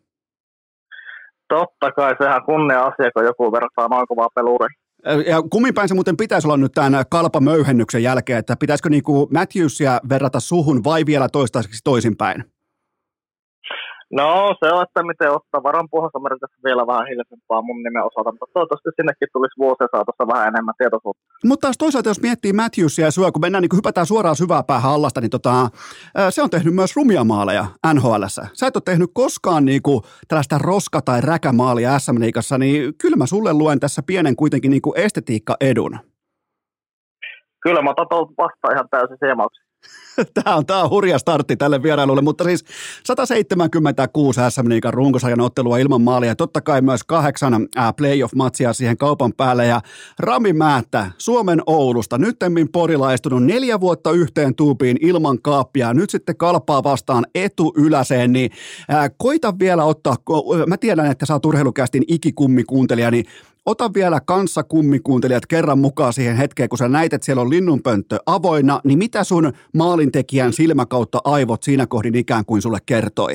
Totta kai, sehän kunnia-asia, kun joku vertaa noin kovaa peluria. Ja kummin päin se muuten pitäisi olla nyt tämän kalpamöyhennyksen jälkeen, että pitäisikö niinku Matthewsia verrata suhun vai vielä toistaiseksi toisinpäin? No se on, että miten ottaa. Varan Pohjois-Amerikassa vielä vähän hiljaisempaa mun nimen osalta, mutta toivottavasti sinnekin tulisi vuosien saatossa vähän enemmän tietoisuutta. Mutta taas toisaalta, jos miettii Matthewsia ja sua, kun mennään, niin kun hypätään suoraan syvää päähän allasta, niin tota, se on tehnyt myös rumia maaleja N H L:ssä. Sä et ole tehnyt koskaan niin kuin tällaista roska- tai räkämaalia S M-liigassa, niin kyllä mä sulle luen tässä pienen kuitenkin niin kuin estetiikka-edun. Kyllä mä otan tuolta vastaan ihan täysin siemauksia. Tämä on, tämä on hurja startti tälle vierailulle, mutta siis sata seitsemänkymmentäkuusi S M-liigan runkosarjan ottelua ilman maalia ja totta kai myös kahdeksan playoff-matsia siihen kaupan päälle. Ja Rami Määttä Suomen Oulusta, nyttemmin porilaistunut neljä vuotta yhteen tuupiin ilman kaappia, nyt sitten kalpaa vastaan etuyläseen, niin ää, koita vielä ottaa, mä tiedän, että sä oot Urheilukästin ikikummikuuntelija, niin ota vielä kanssa kummikuuntelijat kerran mukaan siihen hetkeen, kun sä näit, että siellä on linnunpönttö avoinna, niin mitä sun maalintekijän silmäkautta aivot siinä kohdin ikään kuin sulle kertoi?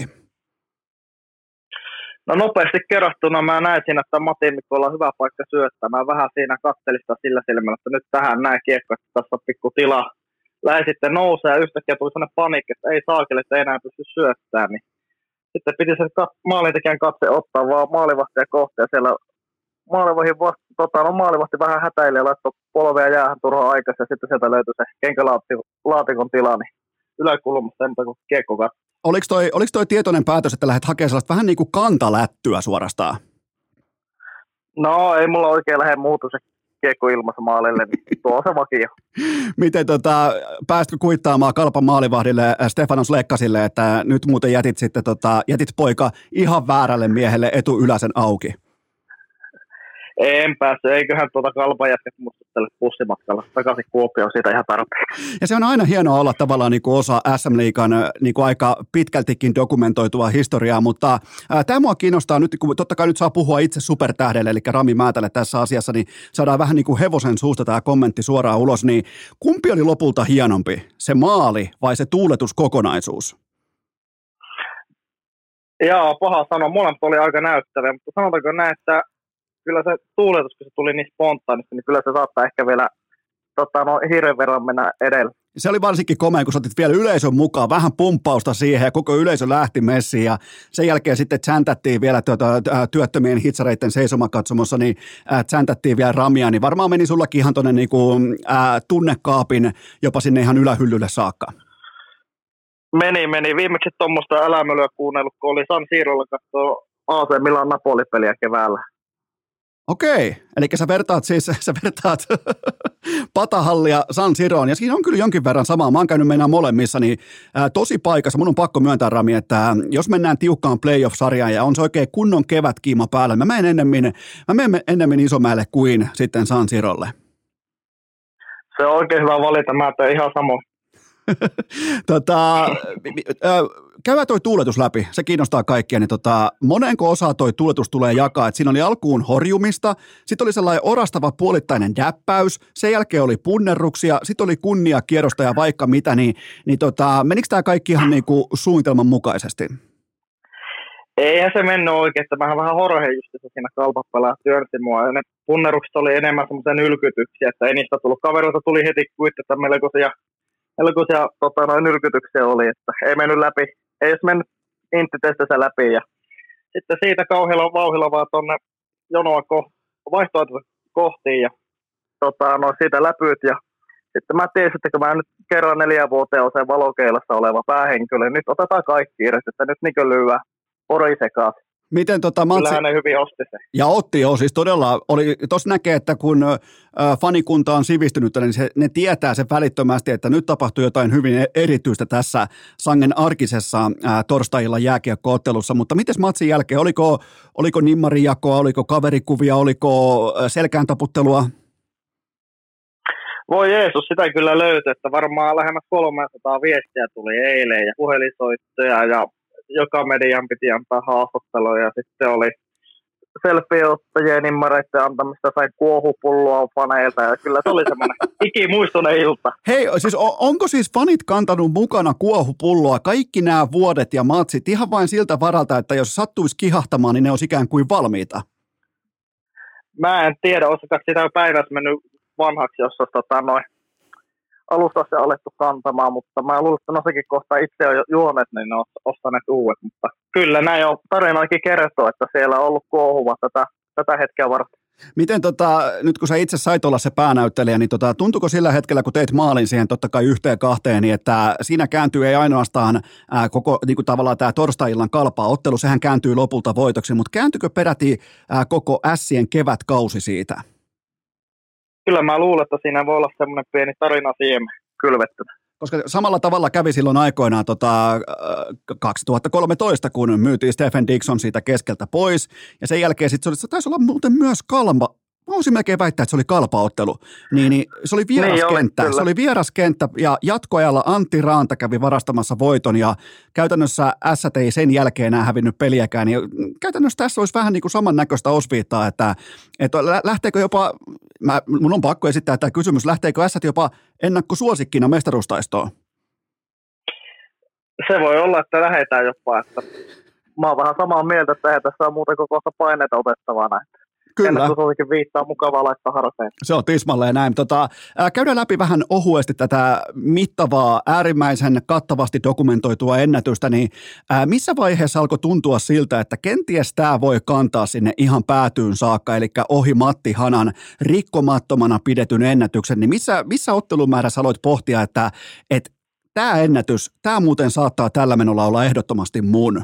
No nopeasti kerrottuna mä näin siinä, että Matin Mikkolla on hyvä paikka syöttää. Mä vähän siinä kattelin sitä sillä silmällä, että nyt tähän näin kiekko, että tässä on pikku tila. Lähin sitten nousee ja yhtäkkiä tuli sellainen panikki, että ei saakeli, että ei enää pysty syöttämään. Niin sitten piti sen kat- maalintekijän katse ottaa vaan maalivahtia kohta ja siellä Maalivahti, tota, no, maalivahti vähän hätäili ja laittoi polvea jäähän turhaan aikaisin ja sitten sieltä löytyi se kenkälaatikon tila, niin yläkulmasta enpä kuin kiekko katso. Oliko toi, oliko toi tietoinen päätös, että lähdet hakemaan sellaista vähän niin kuin kantalättyä suorastaan? No ei mulla oikein lähde muutu se kiekko ilmassa maalille, niin tuo on se vakio. Miten tota, päästkö kuittaamaan Kalpan maalivahdille Stefanos Lekkasille, että nyt muuten jätit sitten tota, jätit poika ihan väärälle miehelle etuyläsen auki? En päässyt, eiköhän tuota Kalpan jätkät muistuttele bussimatkalla takaisin Kuopioon siitä ihan tarpeeksi. Ja se on aina hienoa olla tavallaan niin kuin osa S M-liigan niin kuin aika pitkältikin dokumentoitua historiaa, mutta ää, tämä mua kiinnostaa nyt, kun totta kai nyt saa puhua itse supertähdelle, eli Rami Määtälle tässä asiassa, niin saadaan vähän niin kuin hevosen suusta tämä kommentti suoraan ulos, niin kumpi oli lopulta hienompi, se maali vai se tuuletuskokonaisuus? Joo, paha sanoa, molemmat oli aika näyttäviä, mutta sanotaanko näin, että kyllä se tuuletus, kun se tuli niin spontaanisti, niin kyllä se saattaa ehkä vielä tota, no, hirveän verran mennä edellä. Se oli varsinkin komea, kun sä otit vielä yleisön mukaan, vähän pumppausta siihen ja koko yleisö lähti messiin ja sen jälkeen sitten tsäntättiin vielä tuota, työttömien hitsareiden seisomakatsomossa, niin äh, tsäntättiin vielä Ramia, niin varmaan meni sullakin ihan tuonne niinku, äh, tunnekaapin jopa sinne ihan ylähyllylle saakka. Meni, meni. Viimeksi tuommoista älämölyä kuunnellut, kun oli San Siirolla katsoa A C Milan Napoli-peliä keväällä. Okei, eli sä vertaat siis, sä vertaat Patahallia San Siroon, ja siinä on kyllä jonkin verran samaa. Mä oon käynyt mennään molemmissa, niin ää, tosi paikassa. Mun on pakko myöntää, Rami, että ää, jos mennään tiukkaan playoff-sarjaan ja on se oikein kunnon kevätkiima päällä, mä menen ennemmin, mä menen ennemmin Isomäelle kuin sitten San Sirolle. Se on oikein hyvä valinta, mä teen ihan samoin. tota, käydään toi tuuletus läpi, se kiinnostaa kaikkia, niin tota, monenko osaa toi tuuletus tulee jakaa, että siinä oli alkuun horjumista, sitten oli sellainen orastava puolittainen däppäys, sen jälkeen oli punnerruksia, sitten oli kunniakierrosta ja vaikka mitä, niin, niin tota, menikö tämä kaikki ihan niinku suunnitelman mukaisesti? Eihän se mennyt oikein, että mähän vähän horhe just siinä kalpapalaa työnsi mua, ja ne punnerukset oli enemmän semmoisia nylkytyksiä, että ei niistä tullut, kaverilta tuli heti kuitteita melkoisia Melkoisia tota, noin nyrkytyksiä oli, että ei mennyt läpi, ei edes mennyt inttitestissä läpi. Ja sitten siitä kauhealla vauhdilla vaan tuonne jonoa ko- vaihtoehtoa kohtiin ja tota, no, siitä läpyt. Ja sitten mä tiesin, että kun mä nyt kerran neljän vuoteen on se valokeilassa oleva päähenkilö, niin nyt otetaan kaikki irti, että nyt niin lyödään pori sekaisin. Miten tota Mantsi... Kyllähän ne hyvin osti se. Ja otti jo, siis todella, oli, tuossa näkee, että kun ö, fanikunta on sivistynyt, niin se, ne tietää sen välittömästi, että nyt tapahtuu jotain hyvin erityistä tässä sangen arkisessa ä, torstailla jääkiekko-ottelussa, mutta mites matsin jälkeen, oliko, oliko nimmarijakoa, oliko kaverikuvia, oliko selkään taputtelua? Voi Jeesus, sitä kyllä löytyi, että varmaan lähemmäs kolmesataa viestiä tuli eilen ja puhelinsoittoja ja joka median piti antaa haastattelua ja sitten oli selfie-ottajien nimmareiden antamista, sai kuohupulloa faneilta ja kyllä se oli semmoinen ikimuistoinen ilta. Hei, siis on, onko siis fanit kantanut mukana kuohupulloa kaikki nämä vuodet ja matsit ihan vain siltä varalta, että jos sattuisi kihahtamaan, niin ne olisi ikään kuin valmiita? Mä en tiedä, olisiko sitä päivässä mennyt vanhaksi, jos olisi tota, noin alusta se alettu kantamaan, mutta mä luulen, että no sekin kohtaa itse on juonet, niin ne on ostaneet uudet, mutta kyllä näin on tarinoikin kertoo, että siellä on ollut kuohuva tätä, tätä hetkeä varten. Miten tota, nyt kun sä itse sait olla se päänäyttelijä, niin tota, tuntuuko sillä hetkellä, kun teit maalin siihen totta kai yhteen kahteen, niin että siinä kääntyy ei ainoastaan ää, koko niin kuin tavallaan tämä torstai-illan kalpa-ottelu, sehän kääntyy lopulta voitoksi, mutta kääntyykö peräti ää, koko Ässien kevätkausi siitä? Kyllä mä luulen, että siinä voi olla semmoinen pieni tarina siemen kylvettynä. Koska samalla tavalla kävi silloin aikoinaan tota, kaksituhattakolmetoista, kun myytiin Stephen Dixon siitä keskeltä pois, ja sen jälkeen sitten se, se taisi olla muuten myös kalpa, mä voisin melkein väittää, että se oli kalpaottelu, niin, niin se oli vieraskenttä, niin se oli vieraskenttä, ja jatkoajalla Antti Raanta kävi varastamassa voiton, ja käytännössä Ässät ei sen jälkeen enää hävinnyt peliäkään, niin käytännössä tässä olisi vähän niin kuin samannäköistä osviittaa, että, että lähteekö jopa, mä, mun on pakko esittää tämä kysymys, lähteekö Ässät jopa ennakkosuosikkina mestaruustaistoon? Se voi olla, että lähdetään jopa, että mä oon vähän samaa mieltä, että eihän tässä on muuten koko paineita otettavana. Kyllä. Ennakkosuosikin viittaa mukavaa laittaa harteen. Se on tismalleen näin. Tota, ää, käydään läpi vähän ohuesti tätä mittavaa, äärimmäisen kattavasti dokumentoitua ennätystä, niin ää, missä vaiheessa alkoi tuntua siltä, että kenties tämä voi kantaa sinne ihan päätyyn saakka, eli ohi Matti Hanan rikkomattomana pidetyn ennätyksen, niin missä, missä ottelumäärässä aloit pohtia, että et, tämä ennätys, tämä muuten saattaa tällä menolla olla ehdottomasti mun?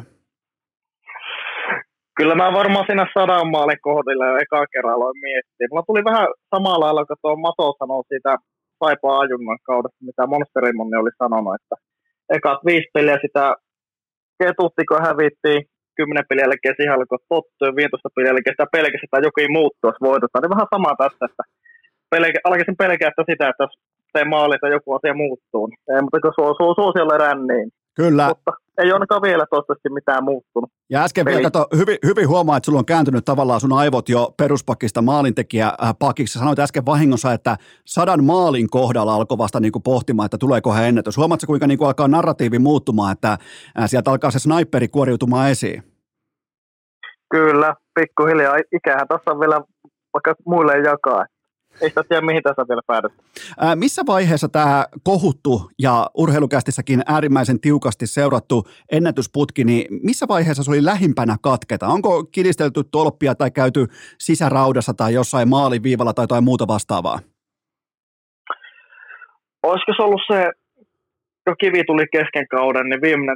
Kyllä mä varmaan siinä sadan maalin kohdilla jo eka kerran aloin miettiä. Mulla tuli vähän samalla lailla, kun tuo Mato sanoi siitä Saipaa Ajunnan kaudesta, mitä Monsterimonni oli sanonut, että ekat viisi peliä sitä ketutti, kun hävittiin, kymmenen peliä jälkeen siihen alkoi tottua, viisitoista peliä jälkeen sitä pelkästään, että jokin muuttuu, jos voitetaan. Niin vähän sama tässä, että pelkä, alkaisin pelkää sitä, että jos tee maali tai joku asia muuttuu. Niin ei, mutta kun suo, suo, suosiolle ränniin. Kyllä. Mutta ei ainakaan vielä toivottavasti mitään muuttunut. Ja äsken vielä kato, hyvin, hyvin huomaa, että sulla on kääntynyt tavallaan sun aivot jo peruspakista maalintekijä äh, pakiksi. Sanoit äsken vahingossa, että sadan maalin kohdalla alkoi vasta niinku pohtimaan, että tuleeko hän ennätys. Huomaatko, kuinka niinku alkaa narratiivi muuttumaan, että äh, sieltä alkaa se sniperi kuoriutumaan esiin? Kyllä, pikkuhiljaa. Ikähän tässä on vielä vaikka muille jakaa. Ei sitä tiedä, mihin tässä vielä päädytään. Ää, missä vaiheessa tämä kohuttu ja urheilukästissäkin äärimmäisen tiukasti seurattu ennätysputki, niin missä vaiheessa se oli lähimpänä katketa? Onko kiristelty tolppia tai käyty sisäraudassa tai jossain maaliviivalla tai jotain muuta vastaavaa? Olisiko se ollut se, kun kivi tuli kesken kauden, niin viimeinen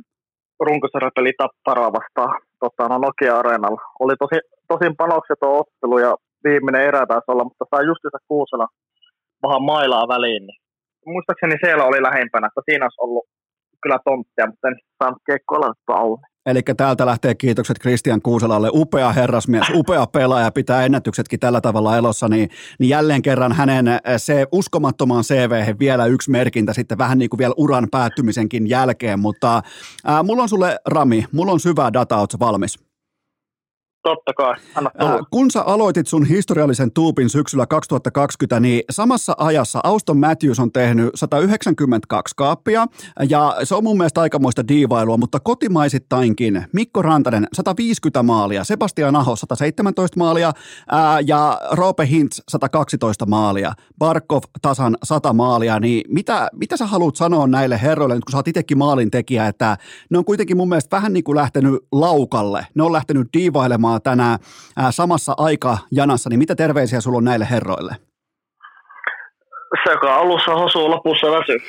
runkosarjapeli Tapparaa vastaan tota, no Nokia-areenalla. Oli tosi, tosin panokseton ottelu ja viimeinen erä taisi olla, mutta sai justiinsa Kuusela vähän mailaa väliin. Niin. Muistaakseni siellä oli lähimpänä, että siinä olisi ollut kyllä tonttia, mutta en saanut kiekkoa laitettua auki. Eli täältä lähtee kiitokset Kristian Kuuselalle, upea herrasmies, upea pelaaja, pitää ennätyksetkin tällä tavalla elossa, niin, niin jälleen kerran hänen se uskomattomaan C V:hen vielä yksi merkintä sitten vähän niin kuin vielä uran päättymisenkin jälkeen, mutta ää, mulla on sulle Rami, mulla on syvää dataa, ootko valmis? Totta kai, anna tulla. Kun sä aloitit sun historiallisen tuupin syksyllä kaksituhattakaksikymmentä, niin samassa ajassa Auston Matthews on tehnyt sata yhdeksänkymmentäkaksi kaappia, ja se on mun mielestä aikamoista diivailua, mutta kotimaisittainkin Mikko Rantanen sata viisikymmentä maalia, Sebastian Aho sata seitsemäntoista maalia ää, ja Roope Hintz sata kaksitoista maalia, Barkov tasan sata maalia, niin mitä, mitä sä haluat sanoa näille herroille, nyt kun sä oot itsekin maalintekijä, että ne on kuitenkin mun mielestä vähän niin kuin lähtenyt laukalle, ne on lähtenyt diivailemaan tänään ää, samassa aikajanassa, niin mitä terveisiä sulla on näille herroille? Se, joka alussa hosuu, lopussa väsyy.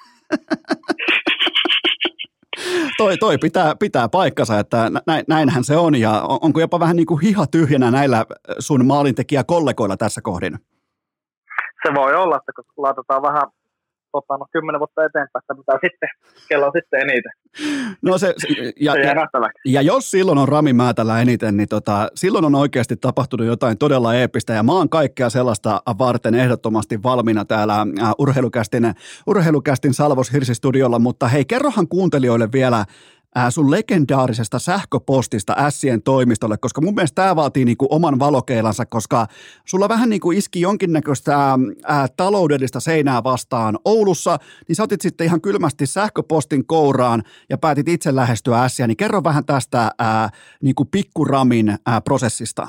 toi, toi pitää, pitää paikkansa, että nä, näinhän se on, ja onko jopa vähän niin kuin hiha tyhjänä näillä sun maalintekijäkollegoilla tässä kohdin? Se voi olla, että kun laitetaan vähän tota, no, kymmenen vuotta eteenpäin, että mitä sitten, kello on sitten eniten. No se, ja, se ja, ja jos silloin on Rami Määtälä eniten, niin tota, silloin on oikeasti tapahtunut jotain todella eeppistä, ja mä oon kaikkea sellaista varten ehdottomasti valmiina täällä äh, urheilukästin, urheilukästin Salvos Hirsi-studiolla, mutta hei, kerrohan kuuntelijoille vielä Äh, sun legendaarisesta sähköpostista Ässien toimistolle, koska mun mielestä tämä vaatii niinku oman valokeilansa, koska sulla vähän niinku iski jonkinnäköistä äh, taloudellista seinää vastaan Oulussa, niin sä otit sitten ihan kylmästi sähköpostin kouraan ja päätit itse lähestyä Ässiä, niin kerro vähän tästä äh, niinku pikkuramin äh, prosessista.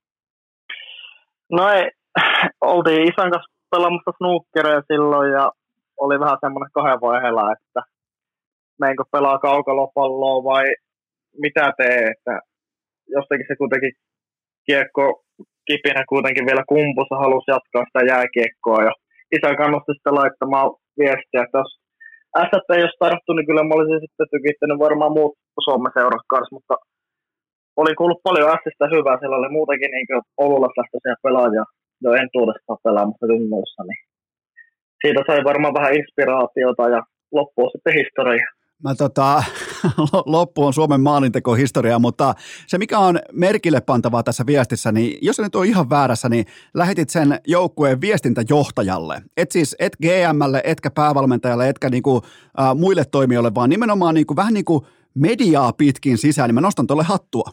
No ei, oltiin isän kanssa pelaamassa snookeria silloin ja oli vähän semmoinen kahden vaiheella, että meinkö pelaa kaukalopalloa vai mitä tee, että jostakin se kuitenkin kiekko kipinä kuitenkin vielä kumpussa halusi jatkaa sitä jääkiekkoa ja isä kannusti sitten laittamaan viestiä, että jos ässät ei olisi tarttu, niin kyllä mä olisin sitten tykittänyt varmaan muut Suomen seurat kanssa, mutta oli kuullut paljon ässistä hyvää, siellä oli muutenkin niin kuin oululaislähtöisiä pelaajia jo entuudestaan pelaamassa junnuissa, niin siitä sai varmaan vähän inspiraatiota ja loppu on sitten historia. Mä tota, loppu on Suomen maalintekohistoria, mutta se mikä on merkille pantavaa tässä viestissä, niin jos se nyt on ihan väärässä, niin lähetit sen joukkueen viestintäjohtajalle. Et siis et G M:lle, etkä päävalmentajalle, etkä niinku, äh, muille toimijoille, vaan nimenomaan niinku, vähän niin kuin mediaa pitkin sisään, niin mä nostan tuolle hattua.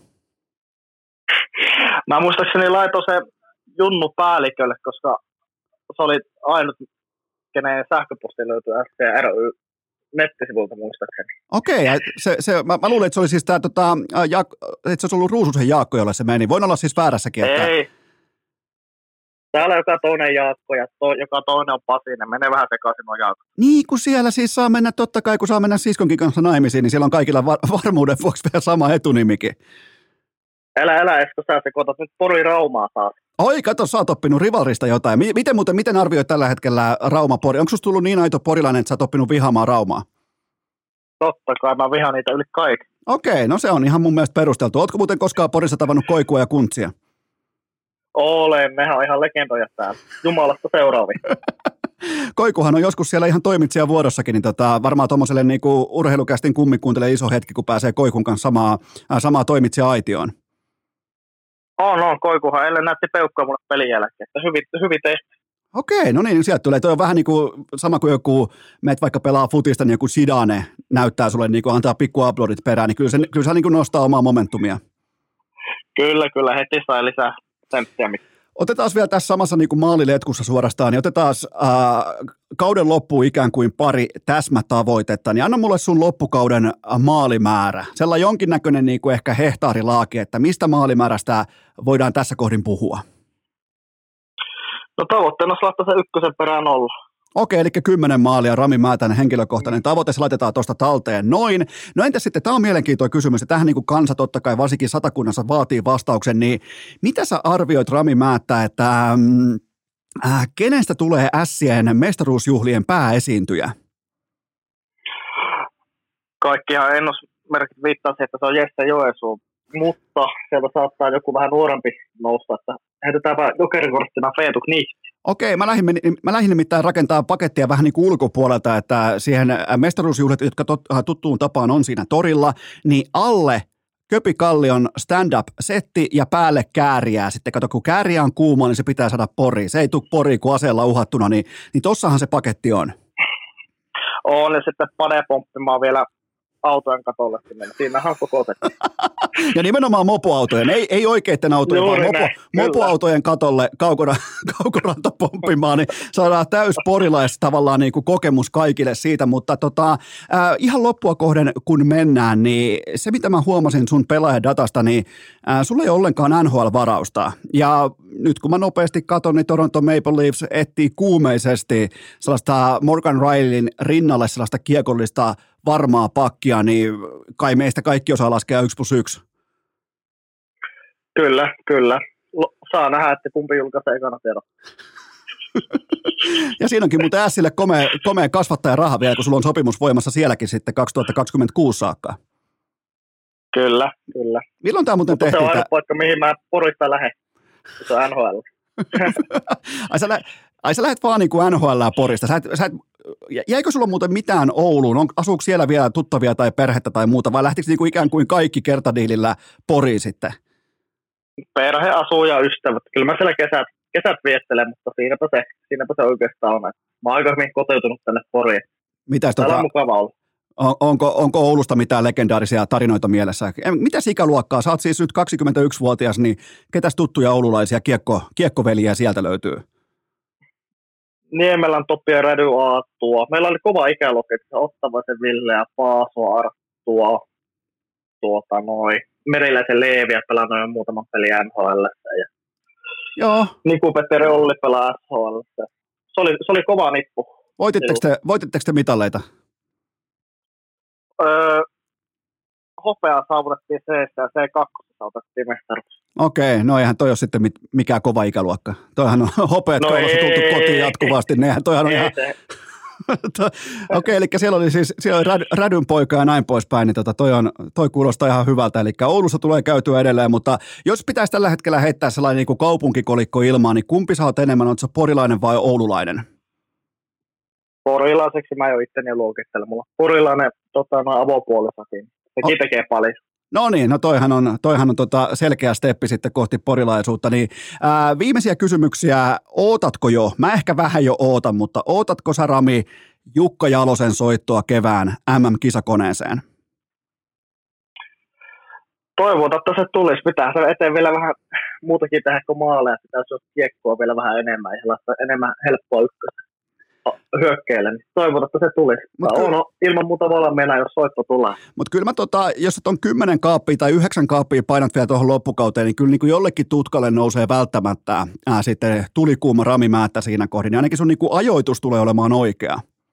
Mä muistaakseni laitoin se Junnu päällikölle, koska se oli ainut, kenen sähköposti löytyi S C R Y nettisivulta muistaakseni. Okei, se, se, mä, mä luulin, että se oli siis tää, tota, Jaak, että se olisi ollut Ruususen Jaakko, jolle se meni. Voin olla siis väärässäkin. Että... Ei. Täällä joka toinen Jaakko ja to, joka toinen on Pasi, ne menee vähän sekaisin nuo Jaakko. Niin, kun siellä siis saa mennä, totta kai kun saa mennä siskonkin kanssa naimisiin, niin siellä on kaikilla var, varmuuden vuoksi vielä sama etunimikin. Älä, älä Esko, sä sekoitat nyt Pori Raumaa taas. Oi, kato, sä oot oppinut Rivalrista jotain. Miten muuten, miten arvioit tällä hetkellä Rauma-Pori? Onko susta tullut niin aito porilainen, että sä oot oppinut vihaamaan Raumaa? Totta kai, mä vihaan niitä yli kaikki. Okei, no se on ihan mun mielestä perusteltu. Ootko muuten koskaan Porissa tavannut Koikua ja Kuntsia? Olen, nehän on ihan legendoja täällä. Jumalasta seuraavia. Koikuhan on joskus siellä ihan toimitsija vuodossakin, niin tota, varmaan tuommoiselle niinku urheilukästin kummikuuntele iso hetki, kun pääsee Koikun kanssa samaa, äh, samaa toimitsija-aitioon. On, on. Koikuhan eilen näytti peukkoa mulle pelin jälkeen, että hyvin, hyvin tehty. Okei, no niin, sieltä tulee. Toi on vähän niin kuin sama kuin joku, meet vaikka pelaa futista, niin joku Zidane näyttää sulle, niin kuin antaa pikku aplodit perään, niin kyllä se, kyllä se niin kuin nostaa omaa momentumia. Kyllä, kyllä. Heti sai lisää senttiä. Otetaan vielä tässä samassa niin kuin maaliletkussa suorastaan, niin otetaan äh, kauden loppuun ikään kuin pari täsmätavoitetta, niin anna mulle sun loppukauden maalimäärä. Sellainen jonkinnäköinen niin kuin ehkä hehtaarilaaki, että mistä maalimäärästä voidaan tässä kohdin puhua? No tavoitteena olisi laittaa se ykkösen perään olla. Okei, eli kymmenen maalia, Rami Määtänen henkilökohtainen tavoite, se laitetaan tuosta talteen noin. No entäs sitten, tämä on mielenkiintoinen kysymys, ja tähän niin kuin kansa totta kai varsinkin Satakunnassa vaatii vastauksen, niin mitä sä arvioit Rami Määttä, että äh, kenestä tulee Ässien mestaruusjuhlien pääesiintyjä? Kaikkihan ennusmerkit viittaa siihen, että se on Jesse Joensuu mutta sieltä saattaa joku vähän nuorempi nousta, että heitetäänpä jokerikorttina Feetu Knihti. Okei, mä lähdin, mä lähdin nimittäin rakentaa pakettia vähän niin kuin ulkopuolelta, että siihen mestaruusjuhlat, jotka tot, tuttuun tapaan on siinä torilla, niin alle Köpi Kallion stand-up-setti ja päälle kääriää. Sitten kato, kun kääriä on kuuma, niin se pitää saada poriin. Se ei tule poriin, kun aseella uhattuna, niin, niin tossahan se paketti on. On, ja sitten panepomppimaan vielä autojen katolle sinne. Siinähän on koko setti. Ja nimenomaan mopoautojen, ei, ei oikeiden autojen, Juuri vaan mopo, mopoautojen katolle kaukona, kaukoranta pomppimaan, niin saadaan täys porilais tavallaan niin kuin kokemus kaikille siitä, mutta tota, äh, ihan loppua kohden kun mennään, niin se mitä mä huomasin sun pelaajadatasta, niin äh, sulla ei ole ollenkaan N H L-varausta, ja nyt kun mä nopeasti katson, niin Toronto Maple Leafs etsii kuumeisesti sellaista Morgan Rileyn rinnalle sellaista kiekollista varmaa pakkia, niin kai meistä kaikki osaa laskea yksi plus yksi. Kyllä, kyllä. Saa nähdä, että kumpi julkaisee ekana tiedon. Ja siinä onkin muuten Ässille komea, komea kasvattaja raha vielä, kun sulla on sopimus voimassa sielläkin sitten kaksituhattakaksikymmentäkuusi saakka. Kyllä, kyllä. Milloin tämä muuten Mutta tehtiin? se on aina paikka, mihin mä Porista lähden. Se on N H L. ai, sä lä- ai sä lähdet vaan niin kuin N H L Porista. Sä et, sä et, jäikö sulla muuten mitään Ouluun? On, asuuko siellä vielä tuttavia tai perhettä tai muuta, vai lähtikö niin kuin ikään kuin kaikki kertadiilillä Poriin sitten? Perhe asuu ja ystävät. Kyllä mä siellä kesät, kesät viettelen, mutta siinäpä se, siinäpä se oikeastaan on. Mä oon aika hyvin kotiutunut tänne Poriin. Mitäs Täällä tota, on mukava olla. on, onko, onko Oulusta mitään legendaarisia tarinoita mielessä? Mitäs ikäluokkaa? Sä oot siis nyt kaksikymmentäyksivuotias, niin ketäs tuttuja oululaisia kiekko, kiekkoveliä sieltä löytyy? Niemelän Topi ja Rädy Aattua. Meillä oli kova ikäluokka, Ottavaisen Ville ja Paaso Arttua. Tuota noin. Meriläisen Leeviä pelannut jo muutaman pelin N H L:ssä. Ja Joo. Niku-Petteri Olli pelaa S H L:ssä. Se oli, se oli kova nippu. Voititteko te, voititteko te mitaleita? Öö, hopea saavutettiin C ja C kaksi saavutettiin mestaruus. Okei, no eihän toi ole sitten mit, mikään kova ikäluokka. Toihan on hopeat No koulussa tultu ei, kotiin jatkuvasti. Nehän toihan on ei, ihan... se, Okei, eli siellä oli siis siellä oli Räd, Rädyn poika ja näin poispäin, niin tota, toi, on, toi kuulostaa ihan hyvältä. Eli Oulussa tulee käytyä edelleen, mutta jos pitäisi tällä hetkellä heittää sellainen niin kuin kaupunkikolikko ilmaan, niin kumpi sä oot enemmän, ootko sä porilainen vai oululainen? Porilaiseksi mä jo itteni luokittele. Mulla on porilainen tota, no, avopuolisakin. Sekin O- tekee paljon. No niin, no toihan on, toihan on tota selkeä steppi sitten kohti porilaisuutta. Niin, ää, viimeisiä kysymyksiä, ootatko jo? Mä ehkä vähän jo ootan, mutta ootatko sä Rami Jukka Jalosen soittoa kevään M M-kisakoneeseen? Toivotaan, että se tulisi. Pitää se eteen vielä vähän muutakin tehdä kuin maaleja. Pitäisi olla kiekkoa vielä vähän enemmän ja sellaista enemmän helppoa ykköstä hyökkeille. Niin toivotaan, että se tulisi. Mut on kyllä, ilman muuta valmiina, jos soitto tulee. mutta kyllä mä tota, jos et on kymmenen kaappia tai yhdeksän kaappia painat vielä tuohon loppukauteen, niin kyllä niin kuin jollekin tutkalle nousee välttämättä ää, sitten tulikuuma Rami Määttä siinä kohdin. Ja ainakin sun niin kuin ajoitus tulee olemaan oikea.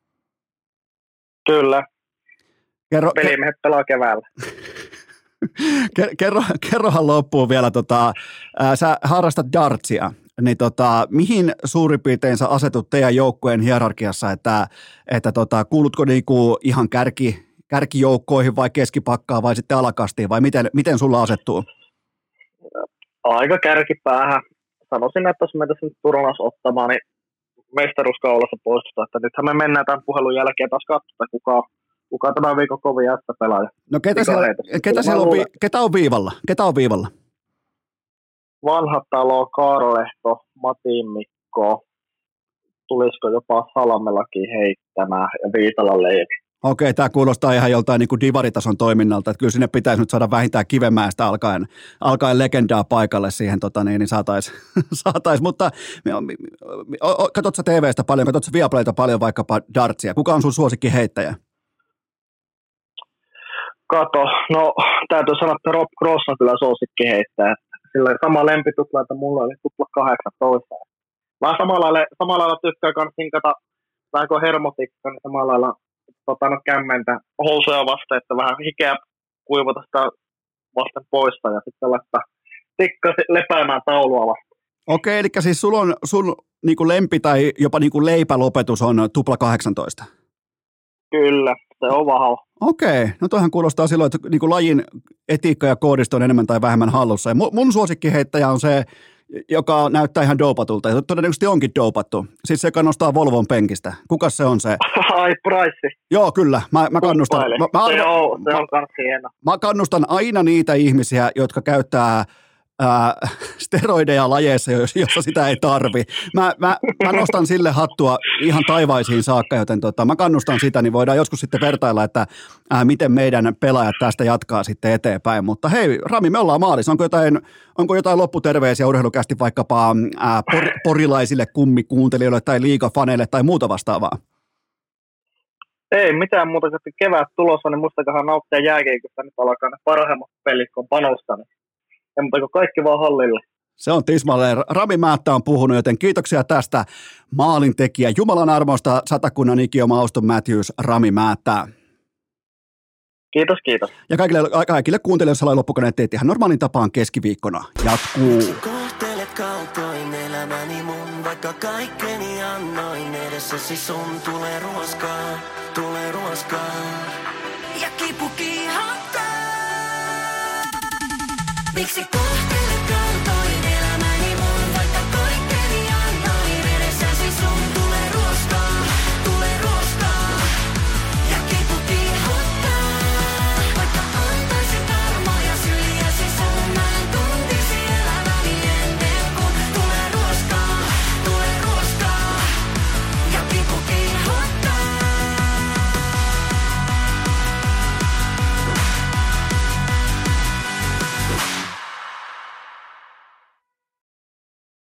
Kyllä. Kerro, Pelimiehet pelaa keväällä. Kerro, kerrohan loppuun vielä, tota, ää, sä harrastat dartsia, niin tota, mihin suurin piirtein sä asetut teidän joukkueen hierarkiassa, että, että tota, kuulutko niinku ihan kärki, kärkijoukkoihin vai keskipakkaan vai sitten alakastiin vai miten, miten sulla asettuu? Aika kärkipäähän. Sanoisin, että jos mentäisiin nyt Turunas ottamaan, niin mestaruuskaulassa poistutaan. Että nythän me mennään tämän puhelun jälkeen taas katsotaan, kuka, kuka tämän viikon kovin jästä pelaaja. No ketä, siellä, ketä, siellä on, vi, ketä on viivalla? Ketä on viivalla? Vanhatalo, Kaarolehto, Matin Mikko, tulisiko jopa Salamelakin heittämään ja Viitalan Leivi. Okei, tämä kuulostaa ihan joltain niin kuin divaritason toiminnalta, että kyllä sinne pitäisi nyt saada vähintään Kivenmäestä alkaen, alkaen legendaa paikalle siihen, tota, niin, niin saataisiin, saatais. Mutta katsotko sä T V:stä paljon, katsotko sä Viaplayta paljon vaikkapa dartsia, kuka on sun suosikki heittäjä? Kato, no täytyy sanoa, että Rob Cross on kyllä suosikki heittäjä. Sillä sama lempitupla, että mulla oli tupla kahdeksantoista. Mä samalla lailla, samalla lailla tykkään kanssa hinkata vähän kuin hermotikka, niin samalla lailla tota, no, kämmentä housuja vasten, että vähän hikeä kuivata sitä vasten poista ja sitten laittaa tikka lepäämään taulua vasten. Okei, eli siis sulla on sun niin kuin lempi tai jopa niin kuin leipälopetus on tupla kahdeksantoista. Kyllä, Se on vahva. Okei, no toihan kuulostaa silloin, että niin kuin lajin etiikka ja koodisto on enemmän tai vähemmän hallussa. Ja mun suosikkiheittäjä on se, joka näyttää ihan doopatulta, ja todennäköisesti onkin doopattu. Siis se, joka nostaa Volvon penkistä. Kukas se on se? Ai, Price. Joo, kyllä. Mä, mä kannustan. Mä, mä, se on, se on kans hieno. Mä kannustan aina niitä ihmisiä, jotka käyttää ää, steroideja lajeissa, jossa sitä ei tarvi. Mä, mä, mä nostan sille hattua ihan taivaisiin saakka, joten tota, mä kannustan sitä, niin voidaan joskus sitten vertailla, että ää, miten meidän pelaajat tästä jatkaa sitten eteenpäin. Mutta hei, Rami, me ollaan maalissa. Onko jotain, onko jotain lopputerveisiä urheilukästi vaikkapa ää, por, porilaisille kummikuuntelijoille tai liigafaneille tai muuta vastaavaa? Ei mitään muuta, kun kevät tulossa, niin muistakahan nauttia jääkiekosta, nyt alkaa ne parhaimmat pelit, kun on panostanut. Ja mutta kun kaikki vaan hallille. Se on tismalleen. Rami Määttä on puhunut, joten kiitoksia tästä maalintekijä. Jumalan armosta Satakunnan ikioma Auston Matthews, Rami Määttä. Kiitos, kiitos. Ja kaikille, kaikille kuuntelijoille sellainen loppukaneetteet ihan normaalin tapaan keskiviikkona. Jatkuu. Kohtelet kaltoin elämäni mun, vaikka kaikkeni annoin edessäsi sun. Tulee ruoskaa, tulee ruoskaa ja kipu kiihottaa. Miksi